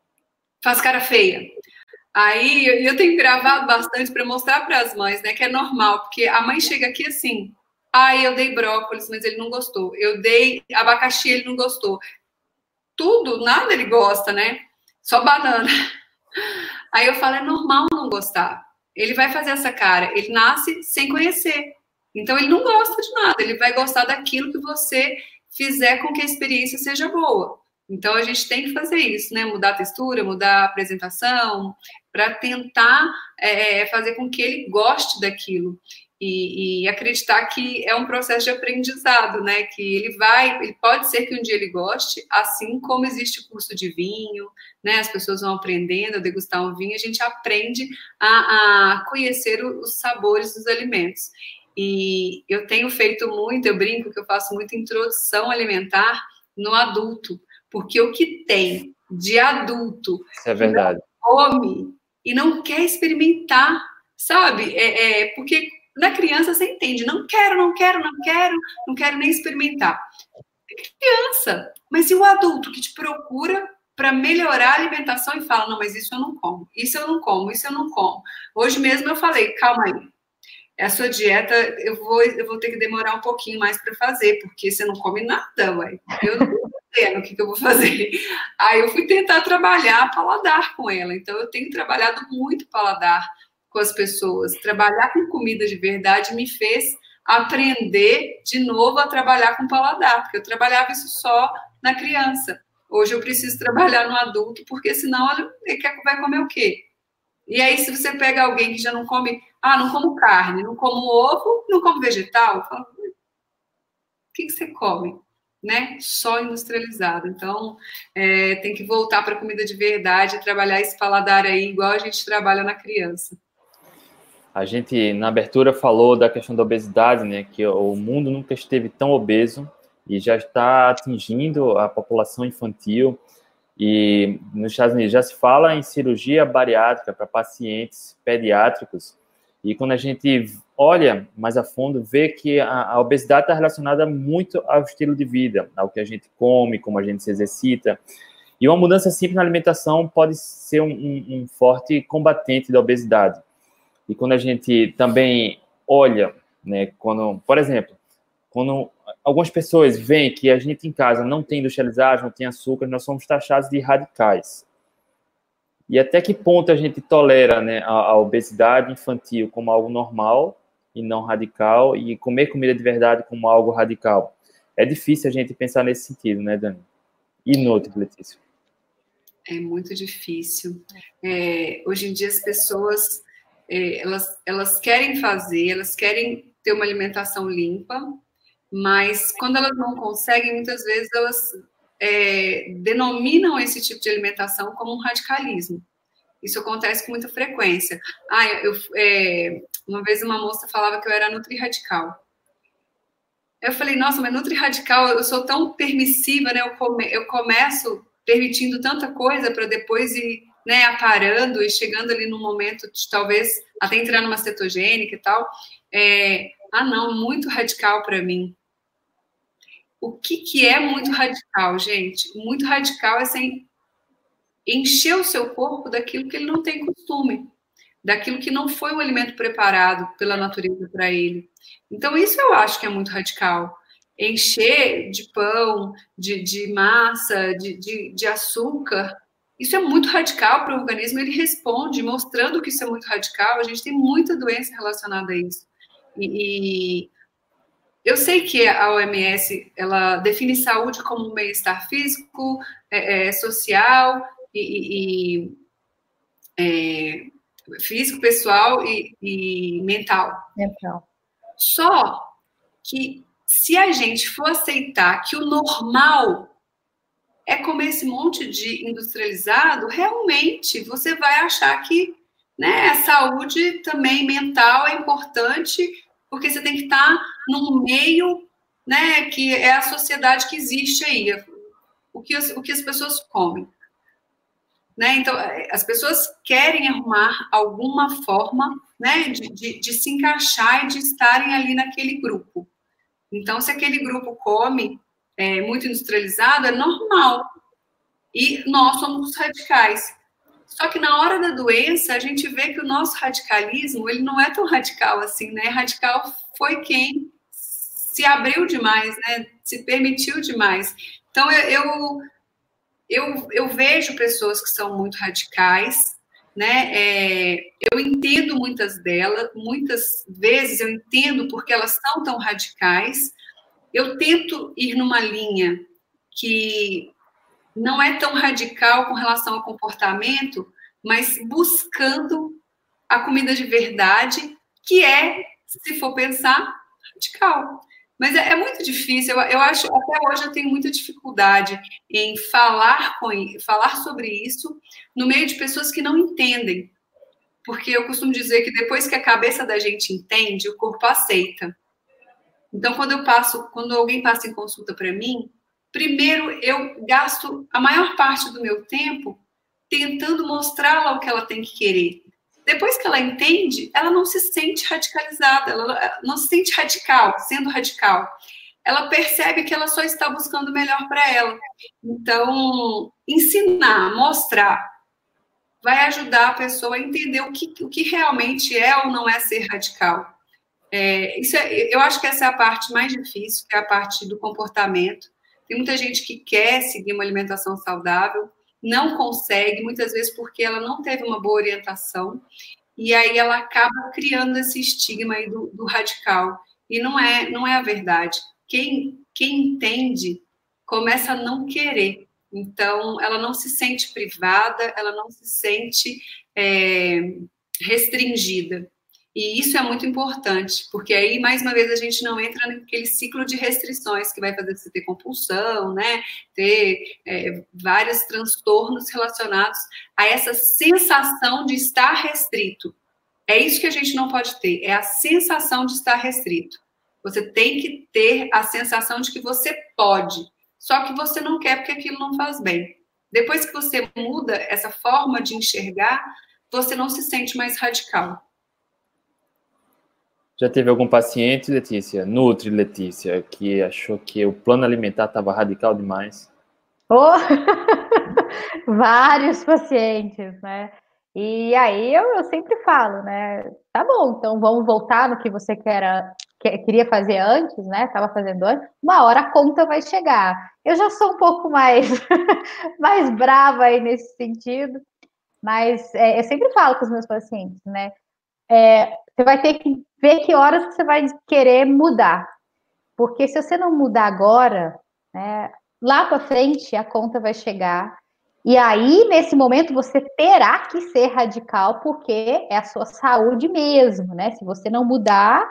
faz cara feia. Aí eu, eu tenho gravado bastante para mostrar para as mães, né, que é normal, porque a mãe chega aqui assim, ah, eu dei brócolis, mas ele não gostou. Eu dei abacaxi, ele não gostou. Tudo, nada ele gosta, né? Só banana. Aí eu falo, é normal não gostar. Ele vai fazer essa cara. Ele nasce sem conhecer. Então, ele não gosta de nada. Ele vai gostar daquilo que você fizer com que a experiência seja boa. Então, a gente tem que fazer isso, né? Mudar a textura, mudar a apresentação, para tentar é, fazer com que ele goste daquilo. E, e acreditar que é um processo de aprendizado, né? Que ele vai, ele pode ser que um dia ele goste, assim como existe o curso de vinho, né? As pessoas vão aprendendo a degustar um vinho, a gente aprende a, a conhecer os sabores dos alimentos. E eu tenho feito muito, eu brinco que eu faço muita introdução alimentar no adulto, porque o que tem de adulto isso é verdade. Que não come e não quer experimentar, sabe? É, é porque na criança você entende, não quero, não quero, não quero, não quero nem experimentar. É criança, mas e o adulto que te procura para melhorar a alimentação e fala, não, mas isso eu não como, isso eu não como, isso eu não como. Hoje mesmo eu falei, calma aí, a sua dieta eu vou, eu vou ter que demorar um pouquinho mais para fazer, porque você não come nada, ué. Eu não tô entendendo o que, que eu vou fazer. Aí eu fui tentar trabalhar paladar com ela, então eu tenho trabalhado muito paladar com as pessoas. Trabalhar com comida de verdade me fez aprender de novo a trabalhar com paladar, porque eu trabalhava isso só na criança. Hoje eu preciso trabalhar no adulto, porque senão ele vai comer o quê? E aí, se você pega alguém que já não come, ah, não como carne, não como ovo, não como vegetal, fala, o que, que você come? Né? Só industrializado. Então, é, tem que voltar para a comida de verdade, trabalhar esse paladar aí, igual a gente trabalha na criança. A gente, na abertura, falou da questão da obesidade, né? Que o mundo nunca esteve tão obeso e já está atingindo a população infantil. E nos Estados Unidos já se fala em cirurgia bariátrica para pacientes pediátricos. E quando a gente olha mais a fundo, vê que a, a obesidade está relacionada muito ao estilo de vida, ao que a gente come, como a gente se exercita. E uma mudança simples na alimentação pode ser um, um, um forte combatente da obesidade. E quando a gente também olha, né, quando, por exemplo, quando algumas pessoas veem que a gente em casa não tem industrializado, não tem açúcar, nós somos taxados de radicais. E até que ponto a gente tolera, né, a, a obesidade infantil como algo normal e não radical, e comer comida de verdade como algo radical? É difícil a gente pensar nesse sentido, né, Dani? E no outro, Letícia? É muito difícil. É, hoje em dia as pessoas, é, elas, elas querem fazer, elas querem ter uma alimentação limpa, mas quando elas não conseguem, muitas vezes elas é, denominam esse tipo de alimentação como um radicalismo. Isso acontece com muita frequência. Ah, eu, é, uma vez uma moça falava que eu era nutri-radical. Eu falei, nossa, mas nutri-radical, eu sou tão permissiva, né? Eu, come, eu começo permitindo tanta coisa para depois ir, né, aparando e chegando ali num momento de talvez até entrar numa cetogênica e tal. É, ah, não, muito radical para mim. O que, que é muito radical, gente? Muito radical é sem encher o seu corpo daquilo que ele não tem costume, daquilo que não foi um alimento preparado pela natureza para ele. Então, isso eu acho que é muito radical. Encher de pão, de, de massa, de, de, de açúcar, isso é muito radical para o organismo, ele responde, mostrando que isso é muito radical. A gente tem muita doença relacionada a isso. E, e eu sei que a O M S, ela define saúde como um bem-estar físico, é, é, social e... e é, físico, pessoal e, e mental. mental. Só que se a gente for aceitar que o normal é comer esse monte de industrializado, realmente você vai achar que, né, a saúde também mental é importante, porque você tem que estar num meio, né, que é a sociedade que existe aí, o que as, o que as pessoas comem. Né? Então, as pessoas querem arrumar alguma forma, né, de, de, de se encaixar e de estarem ali naquele grupo. Então, se aquele grupo come é, muito industrializado, é normal. E nós somos os radicais. Só que na hora da doença, a gente vê que o nosso radicalismo, ele não é tão radical assim, né? Radical foi quem se abriu demais, né? Se permitiu demais. Então, eu... eu Eu, eu vejo pessoas que são muito radicais, né? É, eu entendo muitas delas, muitas vezes eu entendo porque elas são tão radicais. Eu tento ir numa linha que não é tão radical com relação ao comportamento, mas buscando a comida de verdade, que é, se for pensar, radical. Mas é, é muito difícil, eu, eu acho, até hoje eu tenho muita dificuldade em falar, com, falar sobre isso no meio de pessoas que não entendem. Porque eu costumo dizer que depois que a cabeça da gente entende, o corpo aceita. Então, quando eu passo, quando alguém passa em consulta para mim, primeiro eu gasto a maior parte do meu tempo tentando mostrar-la o que ela tem que querer. Depois que ela entende, ela não se sente radicalizada, ela não se sente radical, sendo radical. Ela percebe que ela só está buscando o melhor para ela. Então, ensinar, mostrar, vai ajudar a pessoa a entender o que, o que realmente é ou não é ser radical. É, isso é, eu acho que essa é a parte mais difícil, que é a parte do comportamento. Tem muita gente que quer seguir uma alimentação saudável, não consegue, muitas vezes porque ela não teve uma boa orientação, e aí ela acaba criando esse estigma aí do, do radical. E não é, não é a verdade. Quem, quem entende começa a não querer. Então, ela não se sente privada, ela não se sente é, restringida. E isso é muito importante, porque aí, mais uma vez, a gente não entra naquele ciclo de restrições que vai fazer você ter compulsão, né? Ter é, vários transtornos relacionados a essa sensação de estar restrito. É isso que a gente não pode ter, é a sensação de estar restrito. Você tem que ter a sensação de que você pode, só que você não quer porque aquilo não faz bem. Depois que você muda essa forma de enxergar, você não se sente mais radical. Já teve algum paciente, Letícia, Nutri, Letícia, que achou que o plano alimentar estava radical demais? Oh! Vários pacientes, né? E aí eu, eu sempre falo, né? Tá bom, então vamos voltar no que você quer, que, queria fazer antes, né? Estava fazendo antes. Uma hora a conta vai chegar. Eu já sou um pouco mais, mais brava aí nesse sentido, mas é, eu sempre falo com os meus pacientes, né? É, você vai ter que ver que horas que você vai querer mudar. Porque se você não mudar agora, né, lá para frente a conta vai chegar. E aí, nesse momento, você terá que ser radical, porque é a sua saúde mesmo, né? Se você não mudar,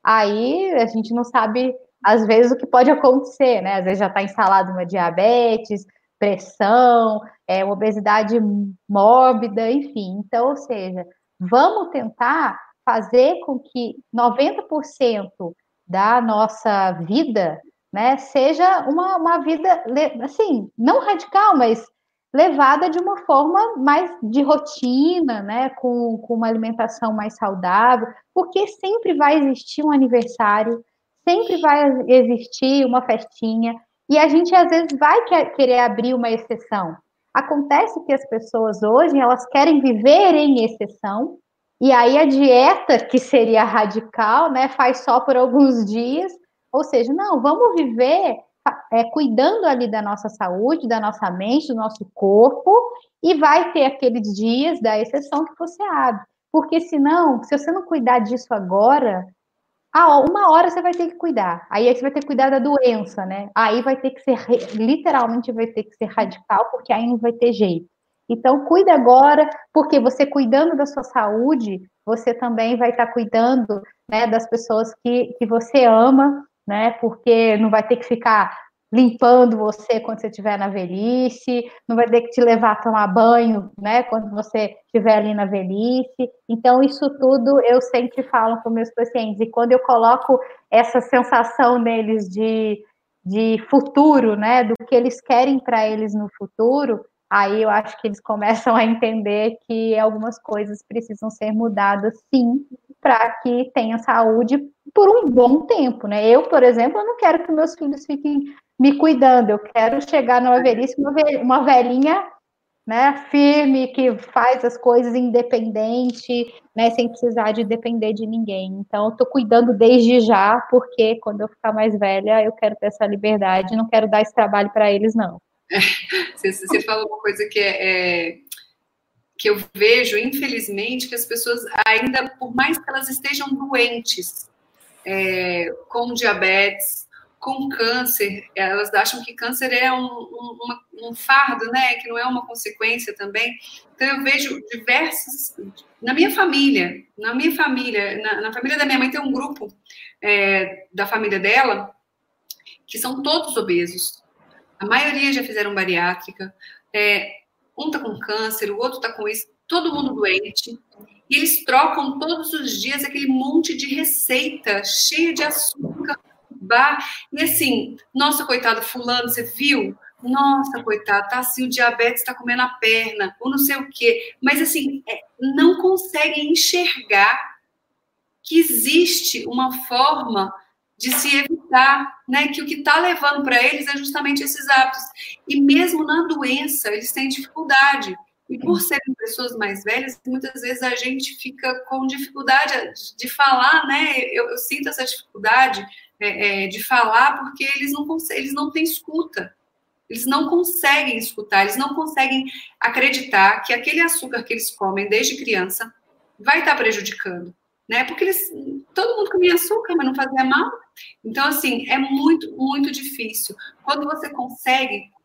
aí a gente não sabe, às vezes, o que pode acontecer, né? Às vezes já está instalado uma diabetes, pressão, é, obesidade mórbida, enfim. Então, ou seja, vamos tentar fazer com que noventa por cento da nossa vida, né, seja uma, uma vida, assim, não radical, mas levada de uma forma mais de rotina, né, com, com uma alimentação mais saudável, porque sempre vai existir um aniversário, sempre vai existir uma festinha, e a gente às vezes vai querer abrir uma exceção. Acontece que as pessoas hoje, elas querem viver em exceção, e aí a dieta, que seria radical, né, faz só por alguns dias, ou seja, não, vamos viver é, cuidando ali da nossa saúde, da nossa mente, do nosso corpo, e vai ter aqueles dias da exceção que você abre. Porque senão, se você não cuidar disso agora, ah, uma hora você vai ter que cuidar. Aí você vai ter que cuidar da doença, né? Aí vai ter que ser, literalmente vai ter que ser radical, porque aí não vai ter jeito. Então, cuida agora, porque você cuidando da sua saúde, você também vai estar cuidando, né, das pessoas que, que você ama, né? Porque não vai ter que ficar limpando você quando você estiver na velhice, não vai ter que te levar a tomar banho, né, quando você estiver ali na velhice. Então, isso tudo eu sempre falo com meus pacientes. E quando eu coloco essa sensação neles de, de futuro, né, do que eles querem para eles no futuro, aí eu acho que eles começam a entender que algumas coisas precisam ser mudadas, sim, para que tenha saúde por um bom tempo, né? Eu, por exemplo, eu não quero que meus filhos fiquem me cuidando, eu quero chegar numa velhice, uma velhinha, né, firme, que faz as coisas independente, né, sem precisar de depender de ninguém. Então, eu estou cuidando desde já, porque quando eu ficar mais velha, eu quero ter essa liberdade, não quero dar esse trabalho para eles, não. Você, você falou uma coisa que é, é que eu vejo, infelizmente, que as pessoas ainda, por mais que elas estejam doentes, é, com diabetes, com câncer, elas acham que câncer é um, um, uma, um fardo, né? Que não é uma consequência também. Então, eu vejo diversas... Na minha família, na minha família, na, na família da minha mãe tem um grupo é, da família dela que são todos obesos. A maioria já fizeram bariátrica. É, um tá com câncer, o outro tá com isso. Todo mundo doente. E eles trocam todos os dias aquele monte de receita cheia de açúcar, bar. E assim, nossa, coitado, fulano, você viu? Nossa, coitado, tá assim, o diabetes tá comendo a perna, ou não sei o quê. Mas assim, é, não conseguem enxergar que existe uma forma de se evitar, né? Que o que está levando para eles é justamente esses hábitos. E mesmo na doença, eles têm dificuldade. E por serem pessoas mais velhas, muitas vezes a gente fica com dificuldade de falar, né? Eu, eu sinto essa dificuldade é, é, de falar porque eles não conseguem, eles não têm escuta. Eles não conseguem escutar, eles não conseguem acreditar que aquele açúcar que eles comem desde criança vai estar prejudicando, né? Porque eles, todo mundo comia açúcar, mas não fazia mal. Então, assim, é muito, muito difícil. Quando você consegue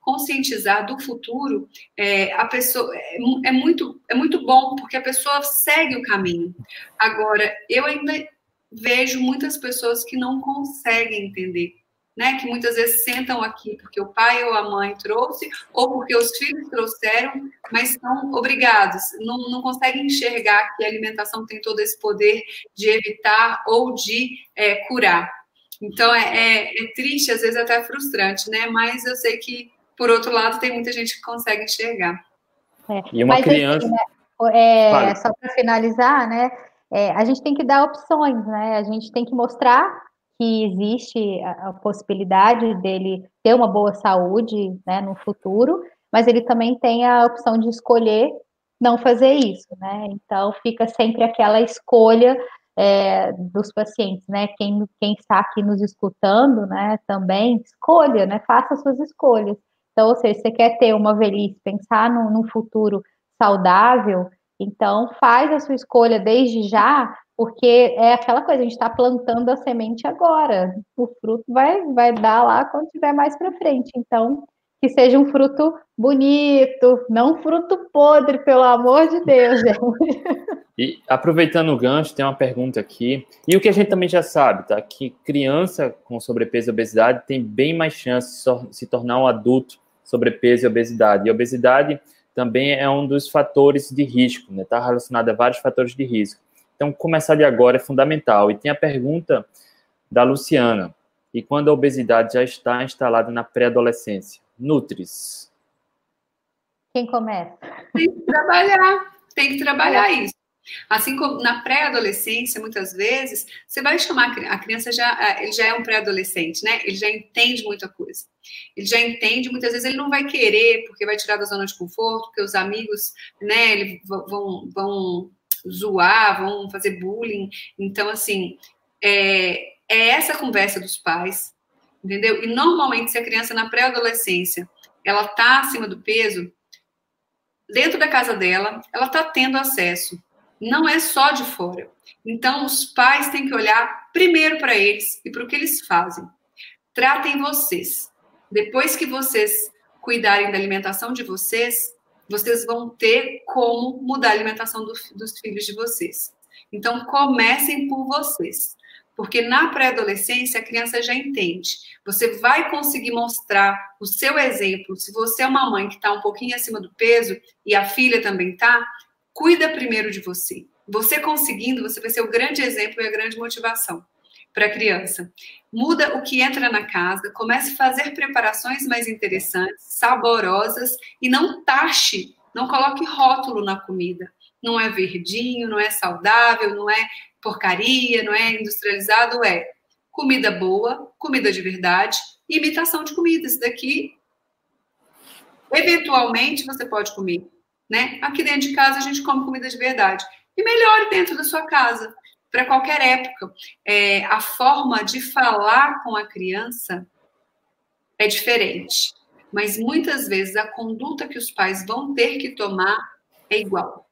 conscientizar do futuro, é, a pessoa é, é, muito, é muito bom, porque a pessoa segue o caminho. Agora, eu ainda vejo muitas pessoas que não conseguem entender, né? Que muitas vezes sentam aqui porque o pai ou a mãe trouxe, ou porque os filhos trouxeram, mas são obrigados, não, não conseguem enxergar que a alimentação tem todo esse poder de evitar ou de é, curar. Então, é, é, é triste, às vezes até frustrante, né? Mas eu sei que, por outro lado, tem muita gente que consegue enxergar. É, e uma mas, criança... assim, né, é, só para finalizar, né? É, a gente tem que dar opções, né? A gente tem que mostrar que existe a, a possibilidade dele ter uma boa saúde, né, no futuro, mas ele também tem a opção de escolher não fazer isso, né? Então, fica sempre aquela escolha é, dos pacientes, né? Quem, quem está aqui nos escutando, né, também, escolha, né? Faça suas escolhas. Então, ou seja, você quer ter uma velhice, pensar num, num futuro saudável, então faz a sua escolha desde já, porque é aquela coisa, a gente está plantando a semente agora, o fruto vai, vai dar lá quando tiver mais para frente, então que seja um fruto bonito, não um fruto podre, pelo amor de Deus, gente. E aproveitando o gancho, tem uma pergunta aqui, e o que a gente também já sabe, tá? Que criança com sobrepeso e obesidade tem bem mais chance de se tornar um adulto sobrepeso e obesidade, e a obesidade também é um dos fatores de risco, né? Está relacionado a vários fatores de risco. Então, começar de agora é fundamental. E tem a pergunta da Luciana. E quando a obesidade já está instalada na pré-adolescência? Nutris. Quem começa? Tem que trabalhar, tem que trabalhar isso. Assim como na pré-adolescência, muitas vezes, você vai chamar a criança, já, ele já é um pré-adolescente, né? Ele já entende muita coisa. Ele já entende, muitas vezes ele não vai querer, porque vai tirar da zona de conforto, porque os amigos, né, ele, vão, vão zoar, vão fazer bullying. Então, assim, é, é essa conversa dos pais, entendeu? E normalmente, se a criança na pré-adolescência, ela tá acima do peso, dentro da casa dela, ela tá tendo acesso. Não é só de fora. Então, os pais têm que olhar primeiro para eles e para o que eles fazem. Tratem vocês. Depois que vocês cuidarem da alimentação de vocês, vocês vão ter como mudar a alimentação do, dos filhos de vocês. Então, comecem por vocês. Porque na pré-adolescência, a criança já entende. Você vai conseguir mostrar o seu exemplo. Se você é uma mãe que está um pouquinho acima do peso e a filha também está, cuida primeiro de você. Você conseguindo, você vai ser o grande exemplo e a grande motivação para a criança. Muda o que entra na casa, comece a fazer preparações mais interessantes, saborosas, e não taxe, não coloque rótulo na comida. Não é verdinho, não é saudável, não é porcaria, não é industrializado, é comida boa, comida de verdade, e imitação de comida. Isso daqui, eventualmente, você pode comer. Né? Aqui dentro de casa a gente come comida de verdade. E melhore dentro da sua casa, para qualquer época. É, a forma de falar com a criança é diferente. Mas muitas vezes a conduta que os pais vão ter que tomar é igual.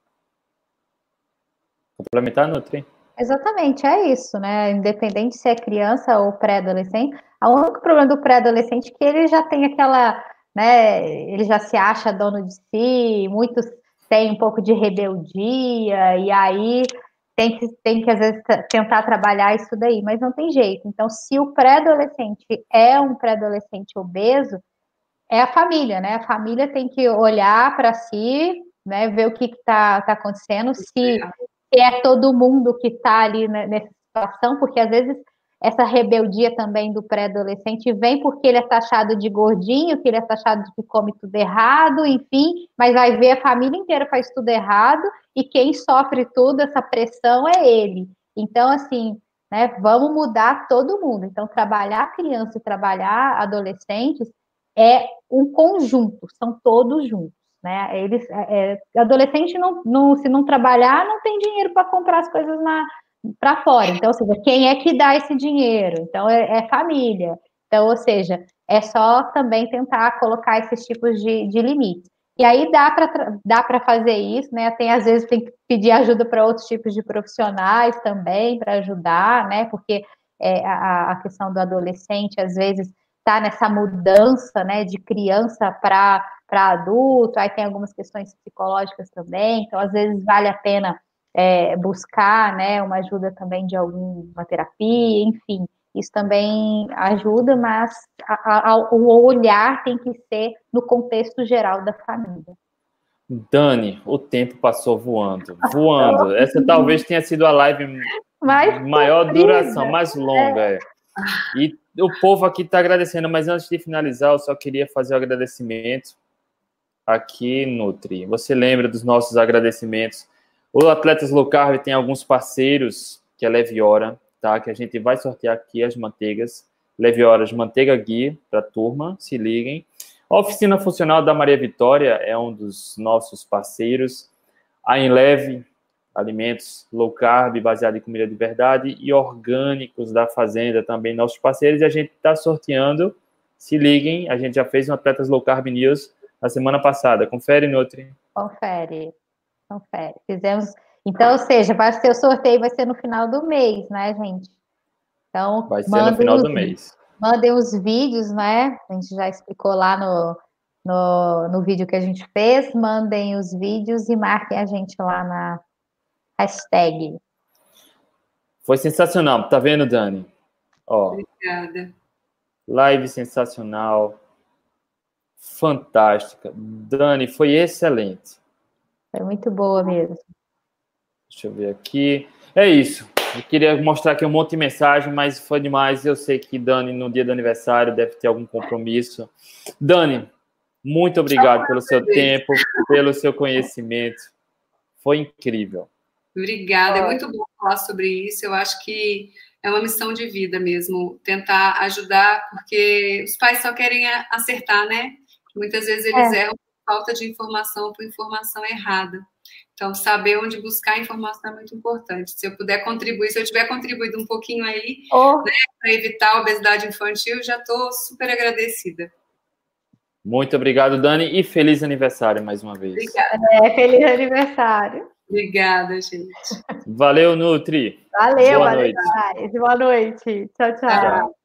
Complementar, Nutri? Exatamente, é isso, né? Independente se é criança ou pré-adolescente, o único problema do pré-adolescente é que ele já tem aquela, né? Ele já se acha dono de si, muitos têm um pouco de rebeldia, e aí tem que, tem que às vezes, tentar trabalhar isso daí, mas não tem jeito. Então, se o pré-adolescente é um pré-adolescente obeso, é a família, né? A família tem que olhar para si, né? Ver o que está tá acontecendo, se é todo mundo que está ali nessa situação, porque às vezes essa rebeldia também do pré-adolescente vem porque ele é taxado de gordinho, que ele é taxado de que come tudo errado, enfim, mas vai ver a família inteira faz tudo errado e quem sofre tudo, essa pressão é ele. Então, assim, né, vamos mudar todo mundo. Então, trabalhar criança e trabalhar adolescentes é um conjunto, são todos juntos. Né? Eles, é, adolescente, não, não, se não trabalhar, não tem dinheiro para comprar as coisas para fora. Então, ou seja, quem é que dá esse dinheiro? Então, é, é família. Então, ou seja, é só também tentar colocar esses tipos de, de limites. E aí dá para dá para fazer isso, né? Tem, às vezes tem que pedir ajuda para outros tipos de profissionais também, para ajudar, né? Porque é, a, a questão do adolescente, às vezes, está nessa mudança, né, de criança para para adulto, aí tem algumas questões psicológicas também, então às vezes vale a pena é, buscar, né, uma ajuda também de alguma terapia, enfim, isso também ajuda, mas a, a, o olhar tem que ser no contexto geral da família. Dani, o tempo passou voando, voando. Essa talvez tenha sido a live mais maior comprida. Duração, mais longa. É. É. E o povo aqui está agradecendo, mas antes de finalizar, eu só queria fazer o um agradecimento aqui, Nutri. Você lembra dos nossos agradecimentos? O Atletas Low Carb tem alguns parceiros, que é Leviora, tá? Que a gente vai sortear aqui as manteigas. Levioras, manteiga ghee para a turma, se liguem. A Oficina Funcional da Maria Vitória é um dos nossos parceiros. A Enleve, alimentos low carb, baseado em comida de verdade, e orgânicos da Fazenda, também nossos parceiros. E a gente está sorteando, se liguem, a gente já fez um Atletas Low Carb News na semana passada. Confere, Nutri? Confere, confere. Fizemos... Então, ou seja, vai ser o sorteio, vai ser no final do mês, né, gente? Então, vai ser no final os, do mês. Mandem os vídeos, né? A gente já explicou lá no, no, no vídeo que a gente fez. Mandem os vídeos e marquem a gente lá na hashtag. Foi sensacional, tá vendo, Dani? Ó, obrigada. Live sensacional. Fantástica. Dani, foi excelente. Foi muito boa mesmo. Deixa eu ver aqui. É isso. Eu queria mostrar aqui um monte de mensagem, mas foi demais. Eu sei que Dani, no dia do aniversário, deve ter algum compromisso. Dani, muito obrigado pelo seu tempo, pelo seu conhecimento. Foi incrível. Obrigada. É muito bom falar sobre isso. Eu acho que é uma missão de vida mesmo, tentar ajudar, porque os pais só querem acertar, né? Muitas vezes eles é. erram por falta de informação, por informação errada. Então, saber onde buscar a informação é muito importante. Se eu puder contribuir, se eu tiver contribuído um pouquinho aí, oh. né, para evitar a obesidade infantil, já estou super agradecida. Muito obrigado, Dani, e feliz aniversário mais uma vez. Obrigada. É, feliz aniversário. Obrigada, gente. Valeu, Nutri. Valeu, boa valeu. noite. Boa noite. Tchau, tchau. tchau.